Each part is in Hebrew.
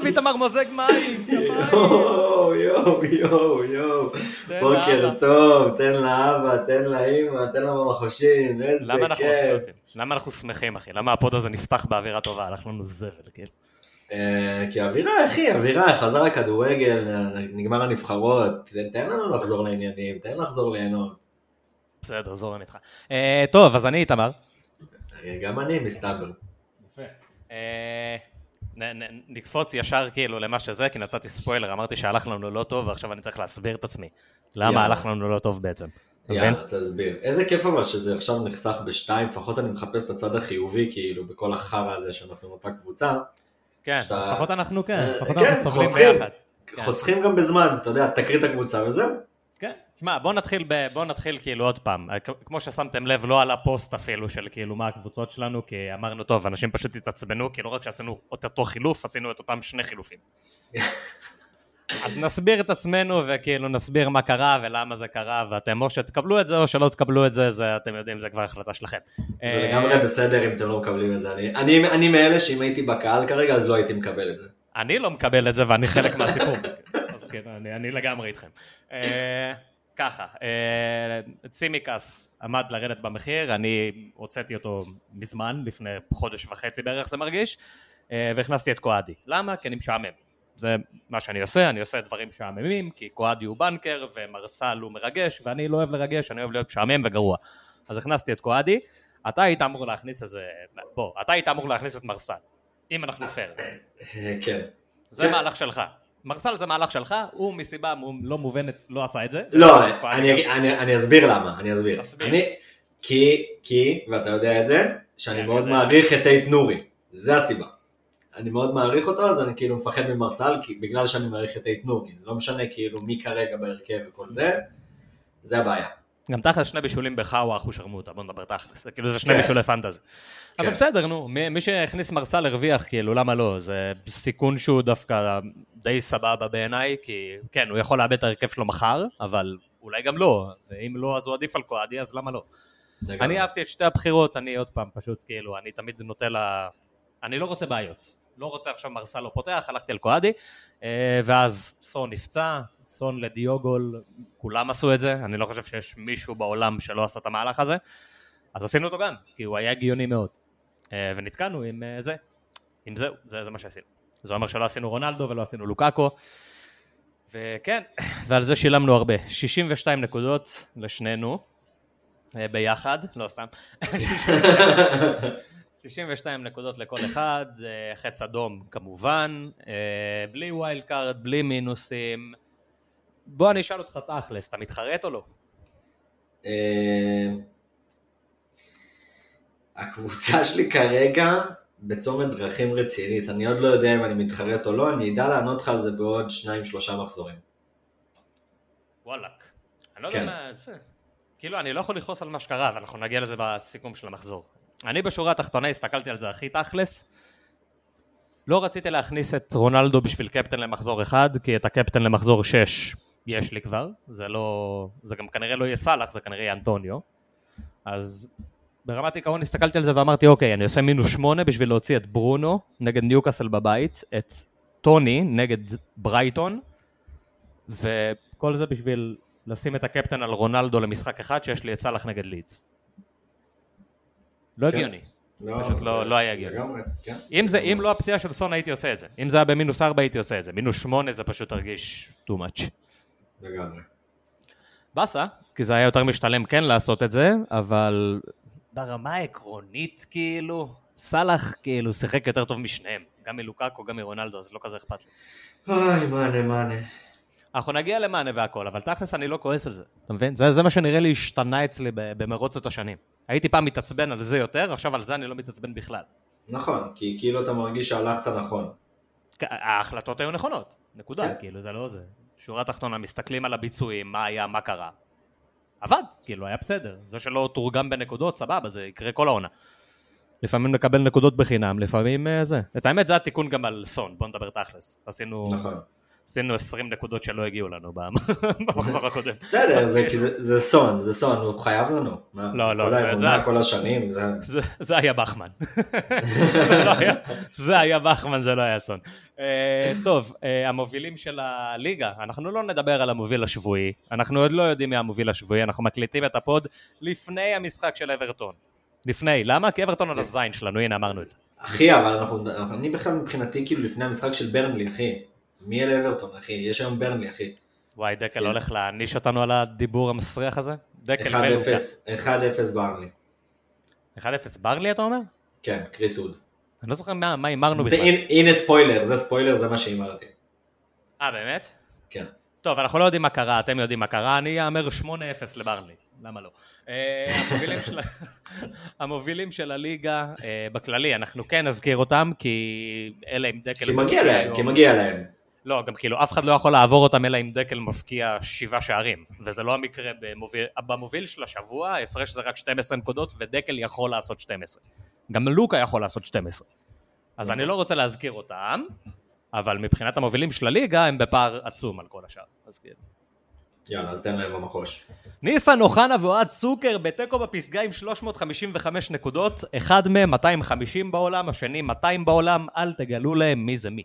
איתמר מוזג מים. יואו. בוקר טוב, תן לאבא, תן לאמא, תן לה במחושים, איזה כיף. למה אנחנו שמחים, אחי? למה הפוד הזה נפתח באווירה טובה? אנחנו נוזבל, כאילו. כי אווירה, אחי, אווירה, חזר הכדורגל, נגמר הנבחרות, תן לנו לחזור לעניינים, תן לחזור ליהנות. בסדר, זורם איתך. טוב, אז אני איתמר. גם אני מסתבר. יפה. נקפוץ ישר כאילו למה שזה, כי נתתי ספוילר, אמרתי שהלך לנו לא טוב, ועכשיו אני צריך להסביר את עצמי. למה הלך לנו לא טוב בעצם? יאללה, תסביר. איזה כיף אבל שזה עכשיו נחסך בשתיים, לפחות אני מחפש את הצד החיובי, כאילו, בכל החרא הזה שאנחנו עם אותה קבוצה. כן, לפחות אנחנו סובלים ביחד. חוסכים גם בזמן, אתה יודע, תקריא את הקבוצה וזהו. כן, שמע, בוא נתחיל כאילו עוד פעם, כמו ששמתם לב, לא על הפוסט אפילו של כאילו מה הקבוצות שלנו, כי אמרנו טוב, אנשים פשוט התעצבנו, כי לא רק שעשינו אותו חילוף, עשינו את אותם שני חילופים. אז נסביר את עצמנו, וכאילו נסביר מה קרה ולמה זה קרה, ואתם או שתקבלו את זה או שלא תקבלו את זה, זה אתם יודעים, זה כבר החלטה שלכם. זה לגמרי בסדר אם אתם לא מקבלים את זה, אני מאלה שאם הייתי בקהל כרגע, אז לא הייתי מקבל את זה. אני לא מקבל את זה ואני חלק מהסיפור, אז כן, אני לגמרי איתכם. ככה, צימקס עמד לרדת במחיר, אני הוצאתי אותו מזמן, לפני חודש וחצי בערך זה מרגיש, והכנסתי את קואדי. למה? כי אני משעמם. זה מה שאני עושה, אני עושה דברים משעממים, כי קואדי הוא בנקר ומרסל הוא מרגש, ואני לא אוהב לרגש, אני אוהב להיות משעמם וגרוע. אז הכנסתי את קואדי, אתה היית אמור להכניס אתה היית אמור להכניס את מרסל, אם אנחנו פייר. כן. זה מהלך שלך. מרסל זה מהלך שלך, הוא מסיבה לא מובנת לא עשה את זה. לא, אני אסביר למה, אני אסביר. כי, ואתה יודע את זה, שאני מאוד מעריך את אייט נורי, זה הסיבה. אני מאוד מעריך אותו, אז אני כאילו מפחד ממרסל, בגלל שאני מעריך את אייט נורי, לא משנה כאילו מי כרגע בהרכב וכל זה, זה הבעיה. גם תכל'ס שני בישולים בחאווה אחו שרמוטה, בוא נדבר תכל'ס, כאילו זה שני בישולי פנטזי. אבל בסדר, נו, מי שהכניס מרסל הרוויח, כאילו, למה לא? זה סיכון שהוא דווקא די סבבה בעיניי, כי כן, הוא יכול לאבד את הרכב שלו מחר, אבל אולי גם לא, ואם לא, אז הוא עדיף על קואדי, אז למה לא? אני אהבתי את שתי הבחירות, אני עוד פעם פשוט, כאילו, אני תמיד נוטה אני לא רוצה בעיות, לא רוצה עכשיו מרסל לא פותח, הלכתי על קואדי, ואז סון נפצע, סון לדיוגול, כולם עשו את זה, אני לא חושב שיש מישהו בעולם שלא עשה את המהלך הזה, אז עשינו אותו גם, כי הוא היה הגיוני מאוד, ונתקענו עם זה, עם זהו, זה מה שעשינו. זה אומר שלא עשינו רונלדו ולא עשינו לוקאקו, וכן, ועל זה שילמנו הרבה, 62 נקודות לשנינו, ביחד, לא סתם, 62 נקודות לכל אחד, חץ אדום כמובן, בלי ווילד קארד, בלי מינוסים. בוא אני אשאל אותך תכלס, אתה מתחרט או לא? הקבוצה שלי כרגע בצומת דרכים רצינית, אני עוד לא יודע אם אני מתחרט או לא, אני אדע לענות לך על זה בעוד 2-3 מחזורים. וואלק, אני לא יודע מה, כאילו אני לא יכול לכעוס על מה שקרה, ואנחנו נגיע לזה בסיכום של המחזור. אני בשורה התחתונה הסתכלתי על זה הכי תכלס, לא רציתי להכניס את רונלדו בשביל קפטן למחזור 1, כי את הקפטן למחזור 6 יש לי כבר, זה גם כנראה לא יהיה סלח, זה כנראה יהיה אנטוניו, אז ברמת עיקרון הסתכלתי על זה ואמרתי אוקיי, אני עושה -8 בשביל להוציא את ברונו נגד ניוקאסל בבית, את טוני נגד ברייטון, וכל זה בשביל לשים את הקפטן על רונלדו למשחק אחד שיש לי את סלח נגד לידס. לא הגיוני, פשוט לא היה הגיוני. אם לא הפציעה של סון הייתי עושה את זה, אם זה היה ב-4 הייתי עושה את זה, -8 זה פשוט תרגיש too much. לגמרי. בסה, כי זה היה יותר משתלם כן לעשות את זה, אבל ברמה העקרונית כאילו, סלח כאילו שיחק יותר טוב משניהם, גם מלוקאקו, גם מרונלדו, אז לא כזה אכפת לי. אוי, מאנה. אנחנו נגיע למאנה והכל, אבל תכלס אני לא כועס על זה, אתה מבין? זה מה שנראה לי השתנה אצלי במרוץ השנים. הייתי פעם מתעצבן על זה יותר, עכשיו על זה אני לא מתעצבן בכלל. נכון, כי כאילו אתה מרגיש שהלכת נכון. ההחלטות היו נכונות, נקודה, כאילו זה לא זה. שורה תחתונה, מסתכלים על הביצועים, מה היה, מה קרה. עבד, כאילו היה בסדר. זה שלא תורגם בנקודות, סבבה, זה יקרה כל העונה. לפעמים לקבל נקודות בחינם, לפעמים זה. את האמת זה התיקון גם על סון, בוא נדבר תכלס. עשינו 20 נקודות שלא הגיעו לנו במחזור הקודם. בסדר, זה סון, הוא חייב לנו. לא, כל השנים, זה היה בחמן. זה היה בחמן, זה לא היה סון. טוב, המובילים של הליגה, אנחנו לא נדבר על המוביל השבועי, אנחנו עוד לא יודעים מי המוביל השבועי, אנחנו מקליטים את הפוד לפני המשחק של אברטון. לפני, למה? כי אברטון על הזין שלנו, הנה אמרנו את זה. אחי, אבל אני בכלל מבחינתי כאילו לפני המשחק של ברנלי, אחי. מי אלה אברטון, אחי? יש היום ברנלי, אחי. וואי, דקל הולך להעניש אותנו על הדיבור המסריח הזה? 1-0 ברנלי. 1-0 ברנלי אתה אומר? כן, קריס ווד. אני לא זוכר מה הימרנו בכלל. הנה ספוילר, זה מה שהימרתי. באמת? כן. טוב, אנחנו לא יודעים מה קרה, אתם יודעים מה קרה, אני אאמר 8-0 לברנלי, למה לא? המובילים של הליגה, בכללי, אנחנו כן נזכיר אותם, כי אלה עם דקל... כי מגיע להם. לא, גם כאילו, אף אחד לא יכול לעבור אותם, אלא עם דקל מפקיע 7 שערים, וזה לא המקרה במוביל של השבוע, הפרש זה רק 12 נקודות, ודקל יכול לעשות 12. גם לוקה יכול לעשות 12. אז אני לא רוצה להזכיר אותם, אבל מבחינת המובילים של הליגה, הם בפער עצום על כל השאר. יאללה, אז תן להם במחוש. ניסן אוחנה ואוהד צוקר בתיקו בפסגה עם 355 נקודות, אחד מהם 250 בעולם, השני 200 בעולם, אל תגלו להם מי זה מי.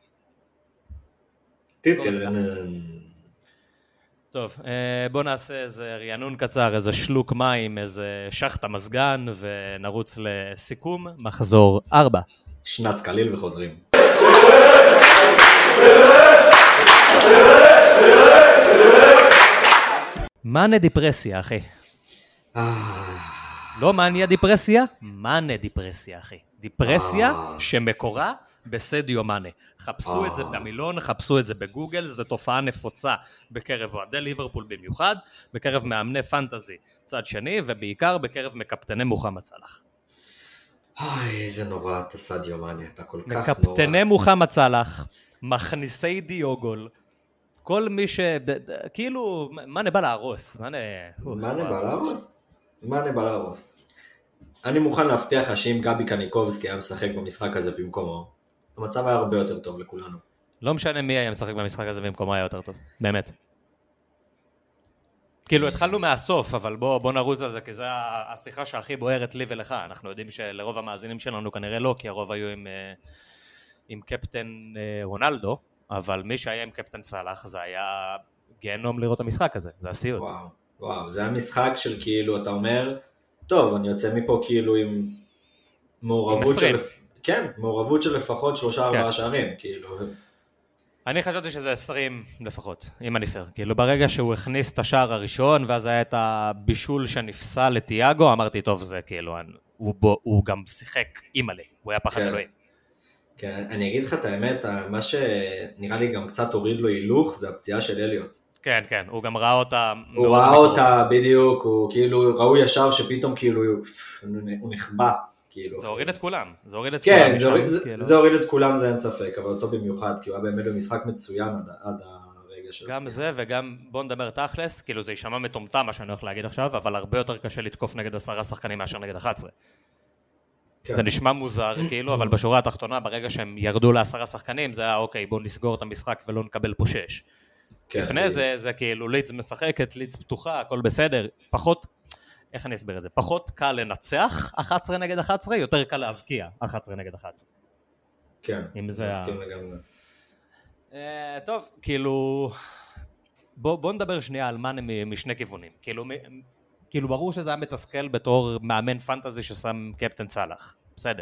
טוב, בוא נעשה איזה רענון קצר, איזה שלוק מים, איזה שחט המזגן, ונרוץ לסיכום, מחזור 4. שנץ קליל וחוזרים. מאנה דיפרסיה, אחי. לא מאניה דיפרסיה, מאנה דיפרסיה, אחי. דיפרסיה שמקורה בסדיו מאנה. חפשו את זה במילון, חפשו את זה בגוגל, זו תופעה נפוצה בקרב אוהדי ליברפול במיוחד, בקרב מאמני פנטזי צד שני, ובעיקר בקרב מקפטני מוחמד סלאח. איזה נורא אתה סדיו מאנה, אתה כל כך נורא. מקפטני מוחמד סלאח, מכניסי דיוגול, כל מי כאילו, מאנה בא להרוס. מאנה בא להרוס. אני מוכן להבטיח לך שאם גבי קניקובסקי היה משחק במשחק הזה במקומו, המצב היה הרבה יותר טוב לכולנו. לא משנה מי היה משחק במשחק הזה במקומו היה יותר טוב, באמת. כאילו התחלנו מהסוף, אבל בוא נרוץ על זה, כי זו השיחה שהכי בוערת לי ולך. אנחנו יודעים שלרוב המאזינים שלנו כנראה לא, כי הרוב היו עם קפטן רונלדו, אבל מי שהיה עם קפטן סלאח זה היה גיהנום לראות המשחק הזה, זה הסיוט. וואו, זה היה משחק של כאילו, אתה אומר, טוב, אני יוצא מפה כאילו עם מעורבות של... כן, מעורבות של לפחות 3-4 שערים, כאילו. אני חשבתי שזה 20 לפחות, אם אני פייר. כאילו ברגע שהוא הכניס את השער הראשון, ואז היה את הבישול שנפסל לתיאגו, אמרתי, טוב, זה כאילו, הוא גם שיחק אימאלי, הוא היה פחד אלוהים. כן, אני אגיד לך את האמת, מה שנראה לי גם קצת הוריד לו הילוך, זה הפציעה של אליוט. כן, הוא גם ראה אותה... הוא ראה אותה בדיוק, הוא כאילו, ראו ישר שפתאום כאילו, הוא נחבא. זה הוריד את כולם, כן, זה הוריד את כולם, זה אין ספק, אבל אותו במיוחד, כי הוא היה באמת במשחק מצוין עד הרגע של... גם זה וגם, בוא נדבר תכלס, כאילו זה יישמע מטומטם מה שאני הולך להגיד עכשיו, אבל הרבה יותר קשה לתקוף נגד 10 שחקנים מאשר נגד 11. זה נשמע מוזר, כאילו, אבל בשורה התחתונה, ברגע שהם ירדו ל10 שחקנים, זה היה אוקיי, בואו נסגור את המשחק ולא נקבל פה 6. לפני זה כאילו לידס משחקת, לידס פתוחה, הכל בסדר, פחות... איך אני אסביר את זה? פחות קל לנצח 11 נגד 11, יותר קל להבקיע 11 נגד 11. כן, מסכים לגמרי. טוב, כאילו, בוא נדבר שנייה על מאנה משני כיוונים. כאילו ברור שזה היה מתסכל בתור מאמן פנטזי ששם קפטן סלאח, בסדר.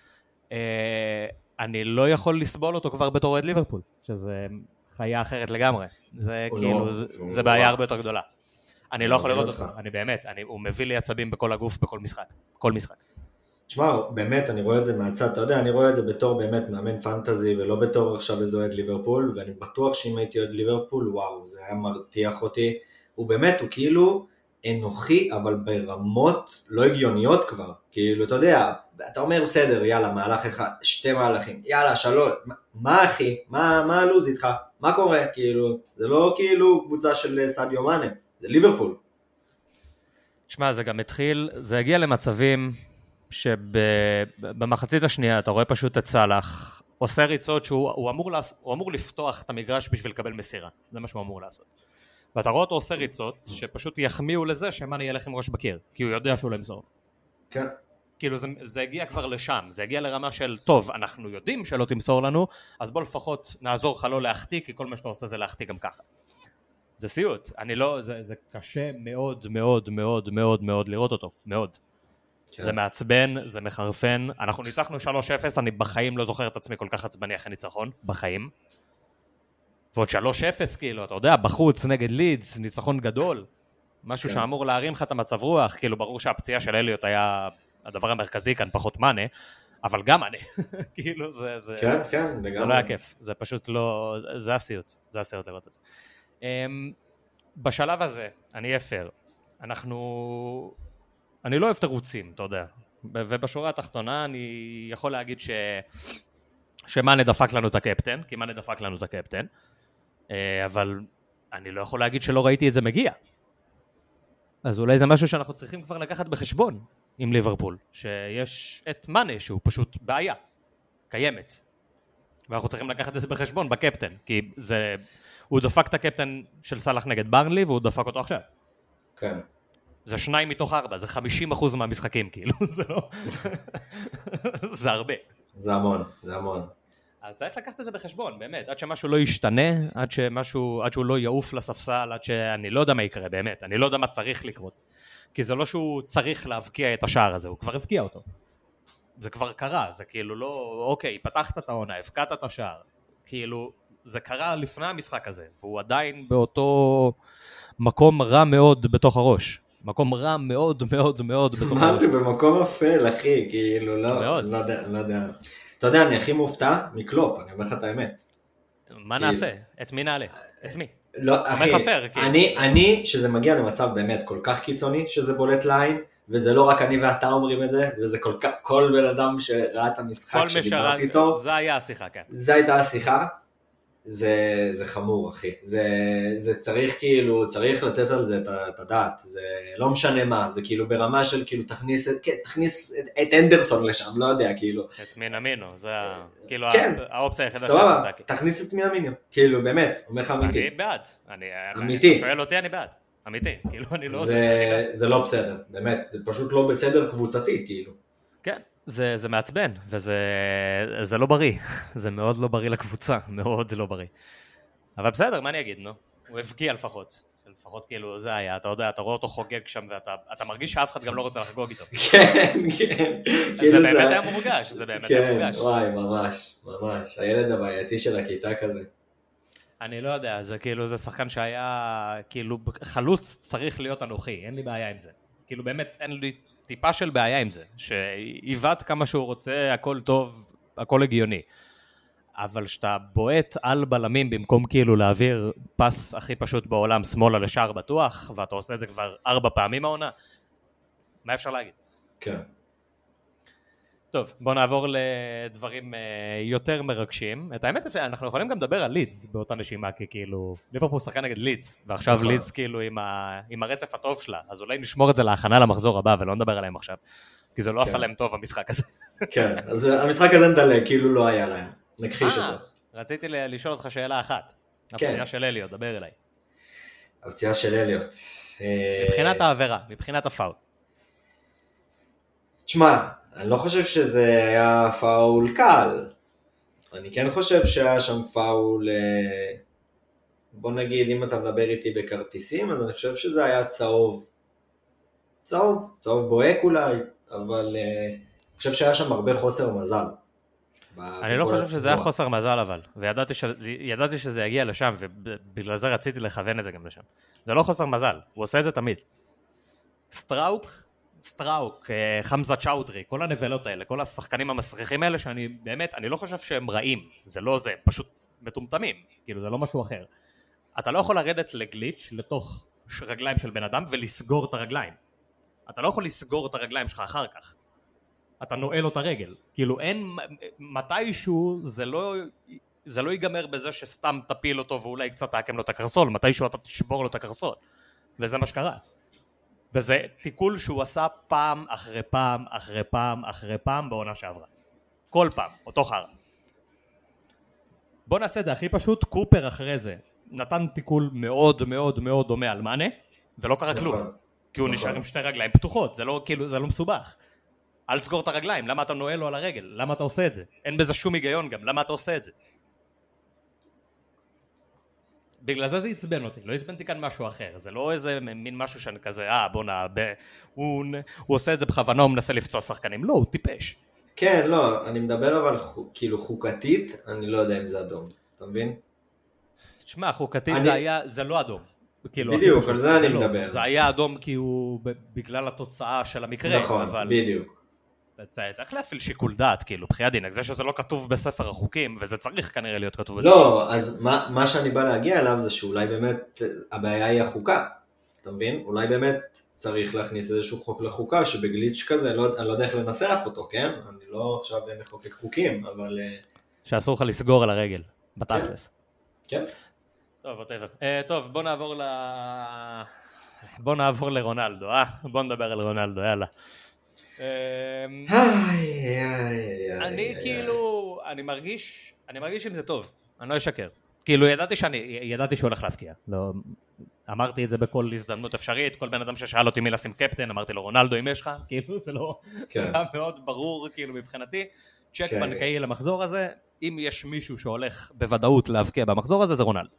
אני לא יכול לסבול אותו כבר בתור אוהד ליברפול, שזה חיה אחרת לגמרי. זה כאילו, זה בעיה הרבה יותר גדולה. אני לא יכול לראות אותו, אני באמת, הוא מביא לי עצבים בכל הגוף, בכל משחק, כל משחק. תשמע, באמת, אני רואה את זה מהצד, אתה יודע, אני רואה את זה בתור באמת מאמן פנטזי, ולא בתור עכשיו איזה אוהד ליברפול, ואני בטוח שאם הייתי אוהד ליברפול, וואו, זה היה מרתיח אותי. הוא באמת, הוא כאילו אנוכי, אבל ברמות לא הגיוניות כבר. כאילו, אתה יודע, אתה אומר, בסדר, יאללה, מהלך אחד, 2 מהלכים, יאללה, 3, מה אחי? מה הלוז איתך? מה קורה? כאילו, זה לא כאילו קבוצה של סדיו מאנה. זה ליברפול. שמע, זה גם התחיל, זה הגיע למצבים שבמחצית השנייה אתה רואה פשוט את סלאח עושה ריצות שהוא אמור לפתוח את המגרש בשביל לקבל מסירה, זה מה שהוא אמור לעשות. ואתה רואה אותו עושה ריצות שפשוט יחמיאו לזה שמאני ילך עם ראש בקיר, כי הוא יודע שהוא לא ימסור. כן. כאילו זה הגיע כבר לשם, זה הגיע לרמה של טוב, אנחנו יודעים שלא תמסור לנו, אז בוא לפחות נעזור לך לא להחטיא, כי כל מה שאתה עושה זה להחטיא גם ככה. זה סיוט, זה קשה מאוד מאוד מאוד מאוד מאוד לראות אותו, מאוד. כן. זה מעצבן, זה מחרפן, אנחנו ניצחנו 3-0, אני בחיים לא זוכר את עצמי כל כך עצבני אחרי ניצחון, בחיים. ועוד 3-0 כאילו, אתה יודע, בחוץ נגד לידס, ניצחון גדול, משהו כן. שאמור להרים לך את המצב רוח, כאילו ברור שהפציעה של אליוט היה הדבר המרכזי כאן, פחות מנה, אבל גם מנה, כאילו זה... כן, כן, לגמרי. זה לא היה כיף, זה פשוט לא... זה הסיוט לראות את זה. בשלב הזה, אני אהיה פייר, אני לא אוהב תירוצים, אתה יודע, ובשורה התחתונה אני יכול להגיד שמאנה דפק לנו את הקפטן, כי מאנה דפק לנו את הקפטן, אבל אני לא יכול להגיד שלא ראיתי את זה מגיע. אז אולי זה משהו שאנחנו צריכים כבר לקחת בחשבון עם ליברפול, שיש את מאנה שהוא פשוט בעיה, קיימת. ואנחנו צריכים לקחת את זה בחשבון בקפטן, כי הוא דפק את הקפטן של סלאח נגד ברנלי, והוא דפק אותו עכשיו. כן. זה 2 מתוך 4, זה 50% מהמשחקים, כאילו, זה לא... זה הרבה. זה המון, זה המון. אז צריך לקחת את זה בחשבון, באמת, עד שמשהו לא ישתנה, עד שהוא לא יעוף לספסל, עד שאני לא יודע מה יקרה, באמת, אני לא יודע מה צריך לקרות. כי זה לא שהוא צריך להבקיע את השער הזה, הוא כבר הבקיע אותו. זה כבר קרה, זה כאילו לא, אוקיי, פתחת את העונה, הבקעת את השער. כאילו, זה קרה לפני המשחק הזה, והוא עדיין באותו מקום רע מאוד בתוך הראש. מקום רע מאוד מאוד מאוד בתוך הראש. מה זה, במקום אפל, אחי, כאילו, לא יודע. אתה יודע, אני הכי מופתע מקלופ, אני אומר לך את האמת. מה נעשה? את מי נעלה? את מי? לא, אחי, אני, שזה מגיע למצב באמת כל כך קיצוני, שזה בולט ליין, וזה לא רק אני ואתה אומרים את זה, וזה כל בן אדם שראה את המשחק שדיברתי איתו. זה היה השיחה, כן. זה הייתה השיחה, זה חמור, אחי. זה צריך כאילו, צריך לתת על זה את הדעת. זה לא משנה מה, זה כאילו ברמה של כאילו תכניס את אנדרסון לשם, לא יודע, כאילו. את מינמינו, זה כאילו האופציה היחידה שעשתה. תכניס את מינמינו, כאילו באמת, אומר לך אמיתי. אני בעד. אמיתי. שואל אותי, אני בעד. אמיתי, כאילו אני לא... זה לא בסדר, באמת, זה פשוט לא בסדר קבוצתי, כאילו. כן. זה מעצבן, וזה לא בריא, זה מאוד לא בריא לקבוצה, מאוד לא בריא. אבל בסדר, מה אני אגיד, נו? הוא הבקיע לפחות, לפחות כאילו זה היה, אתה יודע, אתה רואה אותו חוגג שם, ואתה מרגיש שאף אחד גם לא רוצה לחגוג איתו. כן, כן. זה באמת היה מורגש, זה באמת היה מורגש. כן, וואי, ממש, ממש, הילד הבעייתי של הכיתה כזה. אני לא יודע, זה כאילו, זה שחקן שהיה, כאילו, חלוץ צריך להיות אנוכי, אין לי בעיה עם זה. כאילו באמת אין לי טיפה של בעיה עם זה, שעיוות כמה שהוא רוצה, הכל טוב, הכל הגיוני. אבל שאתה בועט על בלמים במקום כאילו להעביר פס הכי פשוט בעולם שמאלה לשער בטוח, ואתה עושה את זה כבר 4 פעמים העונה, מה אפשר להגיד? כן. טוב, בוא נעבור לדברים יותר מרגשים. את האמת, אנחנו יכולים גם לדבר על לידס באותה נשימה, כי כאילו, ליברפול שחקן נגד לידס, ועכשיו לידס כאילו עם הרצף הטוב שלה, אז אולי נשמור את זה להכנה למחזור הבא, ולא נדבר עליהם עכשיו, כי זה לא עשה להם טוב המשחק הזה. כן, אז המשחק הזה נדלג, כאילו לא היה להם, נכחיש את זה. רציתי לשאול אותך שאלה אחת, הפציעה של אליוט, דבר אליי. הפציעה של אליוט. מבחינת העבירה, מבחינת הפאול. תשמע, אני לא חושב שזה היה פאול קל, אני כן חושב שהיה שם פאול, בוא נגיד אם אתה מדבר איתי בכרטיסים, אז אני חושב שזה היה צהוב בוהק אולי, אבל אני חושב שהיה שם הרבה חוסר מזל. אני לא חושב שזה היה חוסר מזל אבל, וידעתי שזה יגיע לשם, ובגלל זה רציתי לכוון את זה גם לשם. זה לא חוסר מזל, הוא עושה את זה תמיד. סטראוק, חמזה צ'אודרי, כל הנבלות האלה, כל השחקנים המסריחים האלה, שאני באמת, אני לא חושב שהם רעים, זה לא זה, פשוט מטומטמים, כאילו זה לא משהו אחר. אתה לא יכול לרדת לגליץ' לתוך רגליים של בן אדם ולסגור את הרגליים. אתה לא יכול לסגור את הרגליים שלך אחר כך. אתה נועל לו את הרגל. כאילו אין, מתישהו זה לא ייגמר בזה שסתם תפיל אותו ואולי קצת תעקם לו את הקרסול, מתישהו אתה תשבור לו את הקרסול. וזה מה שקרה. וזה תיקול שהוא עשה פעם אחרי פעם אחרי פעם אחרי פעם בעונה שעברה. כל פעם, אותו חרא. בוא נעשה את זה הכי פשוט, קופר אחרי זה נתן תיקול מאוד מאוד מאוד דומה על מאנה, ולא קרה כלום, כי הוא נשאר עם שתי רגליים פתוחות, זה לא, כאילו, זה לא מסובך. אל תסגור את הרגליים, למה אתה נועל לו על הרגל? למה אתה עושה את זה? אין בזה שום היגיון גם, למה אתה עושה את זה? בגלל זה עצבן אותי, לא עצבנתי כאן משהו אחר, זה לא איזה מין משהו שאני כזה, בונה, הוא עושה את זה בכוונה, הוא מנסה לפצוע שחקנים, לא, הוא טיפש. כן, לא, אני מדבר אבל כאילו חוקתית, אני לא יודע אם זה אדום, אתה מבין? תשמע, חוקתית זה לא אדום. בדיוק, על זה אני מדבר. זה היה אדום כי הוא בגלל התוצאה של המקרה. נכון, בדיוק. צריך להפעיל שיקול דעת, כאילו, בחיי הדין, זה שזה לא כתוב בספר החוקים, וזה צריך כנראה להיות כתוב בספר. לא, אז מה שאני בא להגיע אליו זה שאולי באמת הבעיה היא החוקה, אתה מבין? אולי באמת צריך להכניס איזשהו חוק לחוקה, שבגליץ' כזה, אני לא יודע איך לנסח אותו, כן? אני לא עכשיו מחוקק חוקים, אבל... שאסור לך לסגור על הרגל, בתכלס. כן. טוב, טוב, בוא נעבור לרונלדו, בוא נדבר על רונלדו, יאללה. אני כאילו, אני מרגיש עם זה טוב, אני לא אשקר. כאילו ידעתי שהוא הולך להפקיע, אמרתי את זה בכל הזדמנות אפשרית, כל בן אדם ששאל אותי מי לשים קפטן, אמרתי לו רונלדו אם יש לך, כאילו זה לא, זה היה מאוד ברור כאילו מבחינתי, צ'ק בנקאי למחזור הזה, אם יש מישהו שהולך בוודאות להבקיע במחזור הזה, זה רונלדו.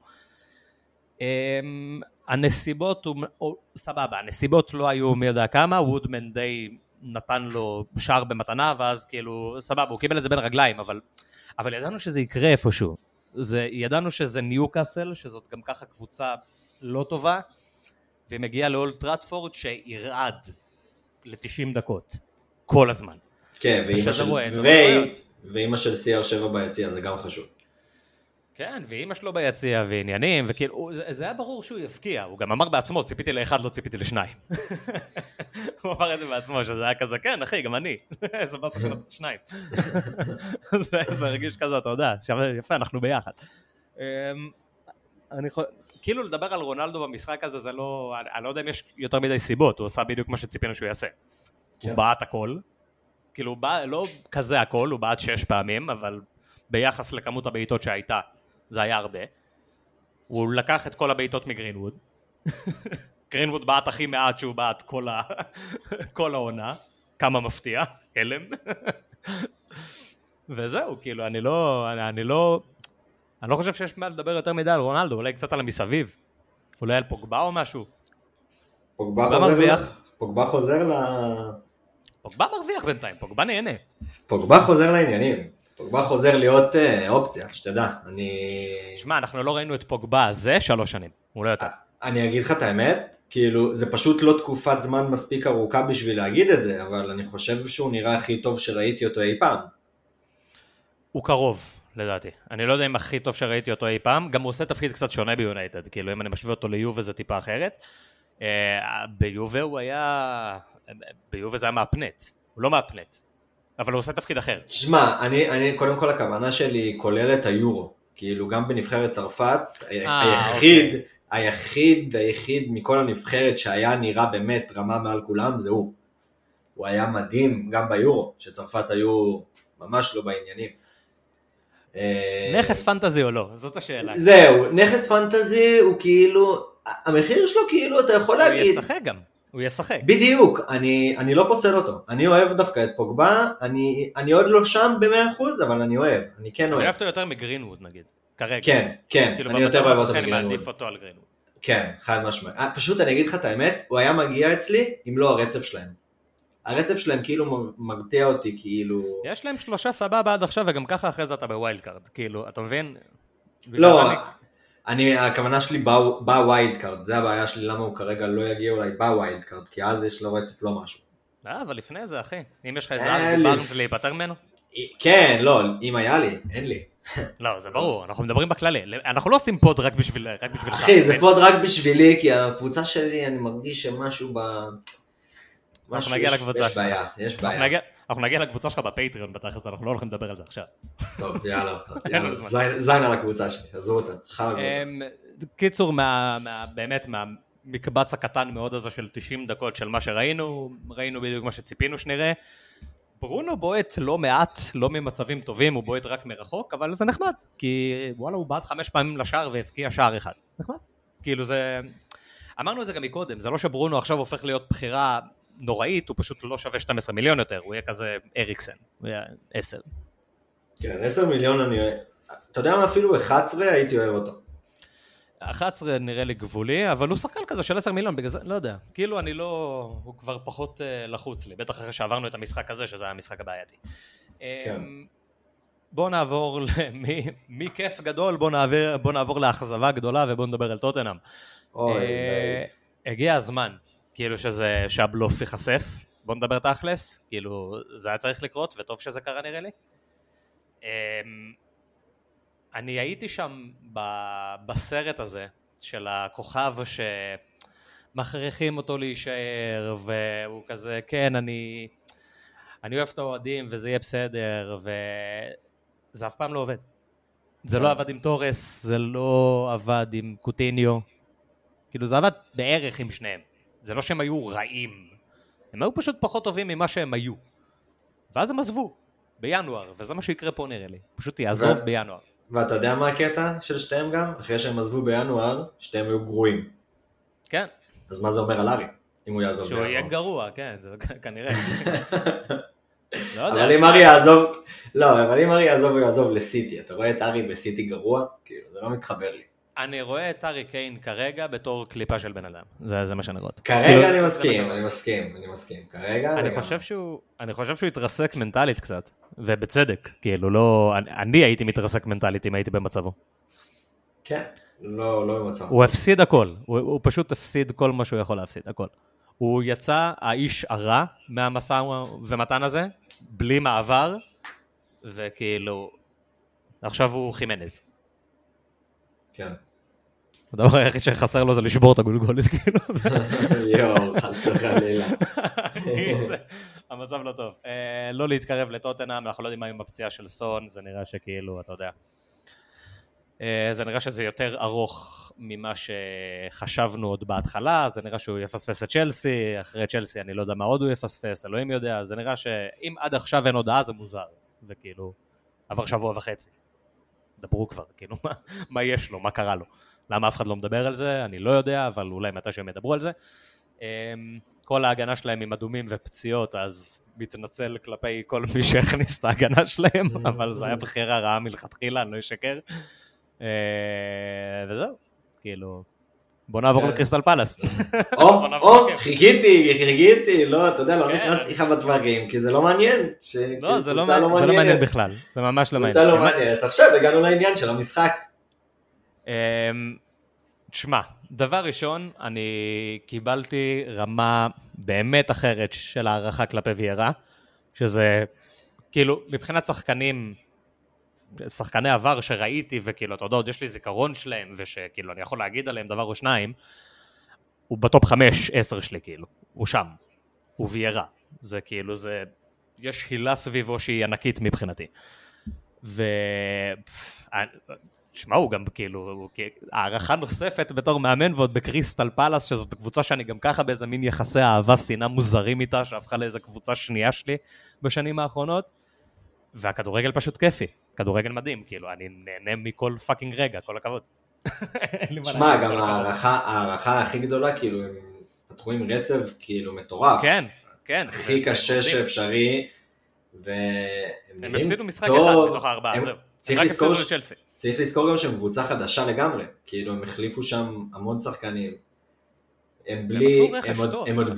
הנסיבות, סבבה, הנסיבות לא היו מי יודע כמה, וודמן די נתן לו שער במתנה, ואז כאילו, סבבה, הוא קיבל את זה בין רגליים, אבל ידענו שזה יקרה איפשהו. ידענו שזה ניוקאסל, שזאת גם ככה קבוצה לא טובה, והיא מגיעה לאולד טראטפורד שירעד ל-90 דקות, כל הזמן. כן, ואימא של CR7 ביציע, זה גם חשוב. כן, ואימא שלו ביציע ועניינים, וכאילו, זה היה ברור שהוא יפקיע, הוא גם אמר בעצמו, ציפיתי לאחד, לא ציפיתי לשניים. הוא אמר את זה בעצמו, שזה היה כזה, כן, אחי, גם אני. איזה בצע שלו שניים. זה הרגיש כזה, אתה יודע, יפה, אנחנו ביחד. כאילו לדבר על רונלדו במשחק הזה, זה לא, אני לא יודע אם יש יותר מדי סיבות, הוא עושה בדיוק מה שציפינו שהוא יעשה. הוא בעט הכל, כאילו, הוא בא, לא כזה הכל, הוא בעט 6 פעמים, אבל ביחס לכמות הבעיטות שהייתה, זה היה הרבה. הוא לקח את כל הבעיטות מגרינווד. גרינווד בעט הכי מעט שהוא בעט כל העונה. כמה מפתיע, הלם. וזהו, כאילו, אני לא חושב שיש מה לדבר יותר מדי על רונלדו, אולי קצת על המסביב. אולי על פוגבה או משהו. פוגבה חוזר פוגבה מרוויח בינתיים, פוגבה נהנה. פוגבה חוזר לעניינים. פוגבה חוזר להיות אופציה, שתדע, שמע, אנחנו לא ראינו את פוגבה הזה 3 שנים, הוא לא יותר. אני אגיד לך את האמת, כאילו, זה פשוט לא תקופת זמן מספיק ארוכה בשביל להגיד את זה, אבל אני חושב שהוא נראה הכי טוב שראיתי אותו אי פעם. הוא קרוב, לדעתי. אני לא יודע אם הכי טוב שראיתי אותו אי פעם, גם הוא עושה תפקיד קצת שונה ביונייטד, כאילו, אם אני משווה אותו ליובה זה טיפה אחרת. ביובה זה היה מהפנט, הוא לא מהפנט. אבל הוא עושה תפקיד אחר. תשמע, אני קודם כל הכוונה שלי כולל את היורו, כאילו גם בנבחרת צרפת, היחיד מכל הנבחרת שהיה נראה באמת רמה מעל כולם זה הוא. הוא היה מדהים גם ביורו, שצרפת היו ממש לא בעניינים. נכס פנטזי או לא? זאת השאלה. זהו, נכס פנטזי הוא כאילו, המחיר שלו כאילו אתה יכול להגיד. הוא ישחק גם. הוא ישחק. בדיוק, אני לא פוסל אותו, אני אוהב דווקא את פוגבה, אני עוד לא שם ב100%, אבל אני אוהב, אני כן אוהב. אני אוהב אותו יותר מגרינווד נגיד, כרגע. כן, אני יותר אוהב אותו מגרינווד. אני מעדיף אותו על גרינווד. כן, חד משמעית. פשוט אני אגיד לך את האמת, הוא היה מגיע אצלי אם לא הרצף שלהם. הרצף שלהם כאילו מרתיע אותי, כאילו... יש להם 3 סבבה עד עכשיו, וגם ככה אחרי זה אתה בווילד קארד, כאילו, אתה מבין? לא, הכוונה שלי בווילד קארד, זה הבעיה שלי, למה הוא כרגע לא יגיע אולי בווילד קארד, כי אז יש לו רצף לא משהו. אבל לפני זה, אחי, אם יש לך איזה ארזי בארנס להיפטר ממנו? כן, לא, אם היה לי, אין לי. לא, זה ברור, אנחנו מדברים בכללי, אנחנו לא עושים פוד רק בשבילך. אחי, זה פוד רק בשבילי, כי הקבוצה שלי, אני מרגיש שמשהו אנחנו נגיע לקבוצה שלך. יש בעיה. אנחנו נגיע לקבוצה שלך בפטריון בתכלס, אנחנו לא הולכים לדבר על זה עכשיו. טוב, יאללה, זין על הקבוצה שלי, עזרו אותה, חל הקבוצה. קיצור, באמת מהמקבץ הקטן מאוד הזה של 90 דקות של מה שראינו, ראינו בדיוק מה שציפינו שנראה, ברונו בועט לא מעט, לא ממצבים טובים, הוא בועט רק מרחוק, אבל זה נחמד, כי וואלה, הוא בעט 5 פעמים לשער והפקיע שער אחד. נחמד. כאילו זה... אמרנו את זה גם מקודם, זה לא שברונו עכשיו הופך להיות בחירה נוראית, הוא פשוט לא שווה 12 מיליון יותר, הוא יהיה כזה אריקסן, הוא יהיה 10. כן, 10 מיליון אני... אתה יודע מה, אפילו 11 הייתי אוהב אותו. 11 נראה לי גבולי, אבל הוא שחקן כזה של 10 מיליון, בגלל זה, לא יודע. כאילו אני לא... הוא כבר פחות לחוץ לי, בטח אחרי שעברנו את המשחק הזה, שזה היה המשחק הבעייתי. כן. בואו נעבור מכיף גדול, בואו נעבור לאכזבה גדולה, ובואו נדבר על טוטנהאם. הגיע הזמן, כאילו שהבלוף ייחשף, בואו נדבר תכלס, כאילו זה היה צריך לקרות, וטוב שזה קרה נראה לי. אני הייתי שם בסרט הזה, של הכוכב שמכריחים אותו להישאר, והוא כזה, כן, אני אוהב את האוהדים, וזה יהיה בסדר, וזה אף פעם לא עובד. זה לא עבד עם טורס, זה לא עבד עם קוטיניו, כאילו זה עבד בערך עם שניהם. זה לא שהם היו רעים, הם היו פשוט פחות טובים ממה שהם היו. ואז הם עזבו, בינואר, וזה מה שיקרה פה נראה לי. פשוט יעזוב בינואר. ואתה יודע מה הקטע של שתיהם גם? אחרי שהם עזבו בינואר, שתיהם היו גרועים. כן. אז מה זה אומר על ארי, אם הוא יעזוב בינואר? שהוא יהיה גרוע, כן, זה כנראה. אבל אם ארי יעזוב, לא, אבל אם ארי יעזוב, הוא יעזוב לסיטי. אתה רואה את ארי בסיטי גרוע? כאילו, זה לא מתחבר לי. אני רואה את ארי קיין כרגע בתור קליפה של בן אדם. זה מה שאני רואה. כרגע אני מסכים. כרגע אני חושב שהוא התרסק מנטלית קצת, ובצדק. כאילו, לא... אני הייתי מתרסק מנטלית אם הייתי במצבו. כן, לא במצב. הוא הפסיד הכל. הוא פשוט הפסיד כל מה שהוא יכול להפסיד, הכל. הוא יצא האיש הרע מהמשא ומתן הזה, בלי מעבר, וכאילו... עכשיו הוא חימנז. כן. הדבר היחיד שחסר לו זה לשבור את הגולגולת, כאילו. יואו, חסר חלילה. המצב לא טוב. לא להתקרב לטוטנהאם, אנחנו לא יודעים מה עם הפציעה של סון, זה נראה שכאילו, אתה יודע. זה נראה שזה יותר ארוך ממה שחשבנו עוד בהתחלה, זה נראה שהוא יפספס את צ'לסי, אחרי צ'לסי אני לא יודע מה עוד הוא יפספס, אלוהים יודע, זה נראה שאם עד עכשיו אין הודעה זה מוזר, וכאילו, עבר שבוע וחצי. דברו כבר, כאילו, מה יש לו, מה קרה לו. למה אף אחד לא מדבר על זה, אני לא יודע, אבל אולי מתי שהם ידברו על זה. כל ההגנה שלהם עם אדומים ופציעות, אז מתנצל כלפי כל מי שהכניס את ההגנה שלהם, אבל זה היה בחירה רעה מלכתחילה, אני לא אשקר. וזהו, כאילו, בוא נעבור לקריסטל פלאס. חיכיתי, לא, אתה יודע, לא נכנסתי לך בדברים, כי זה לא מעניין. לא, זה לא מעניין בכלל, זה ממש לא מעניין. זה לא מעניין, עכשיו הגענו לעניין של המשחק. תשמע, דבר ראשון, אני קיבלתי רמה באמת אחרת של הערכה כלפי ויירה, שזה, כאילו, מבחינת שחקני עבר שראיתי, וכאילו, אתה יודע, עוד יש לי זיכרון שלהם, ושכאילו, אני יכול להגיד עליהם דבר או שניים, הוא בטופ 5-10 שלי, כאילו, הוא שם, הוא ויירה, זה כאילו, יש הילה סביבו שהיא ענקית מבחינתי, תשמע, הוא גם כאילו, הערכה נוספת בתור מאמן ועוד בקריסטל פלאס, שזאת קבוצה שאני גם ככה באיזה מין יחסי אהבה, שנאה מוזרים איתה, שהפכה לאיזה קבוצה שנייה שלי בשנים האחרונות, והכדורגל פשוט כיפי, כדורגל מדהים, כאילו, אני נהנה מכל פאקינג רגע, כל הכבוד. תשמע, גם הערכה הכי גדולה, כאילו, הם פתחו עם רצב, כאילו, מטורף. כן, כן. הכי קשה שאפשרי, הם הפסידו משחק אחד מתוך הארבעה, זהו. צריך לזכור גם שהם קבוצה חדשה לגמרי, כאילו הם החליפו שם המון שחקנים, הם עוד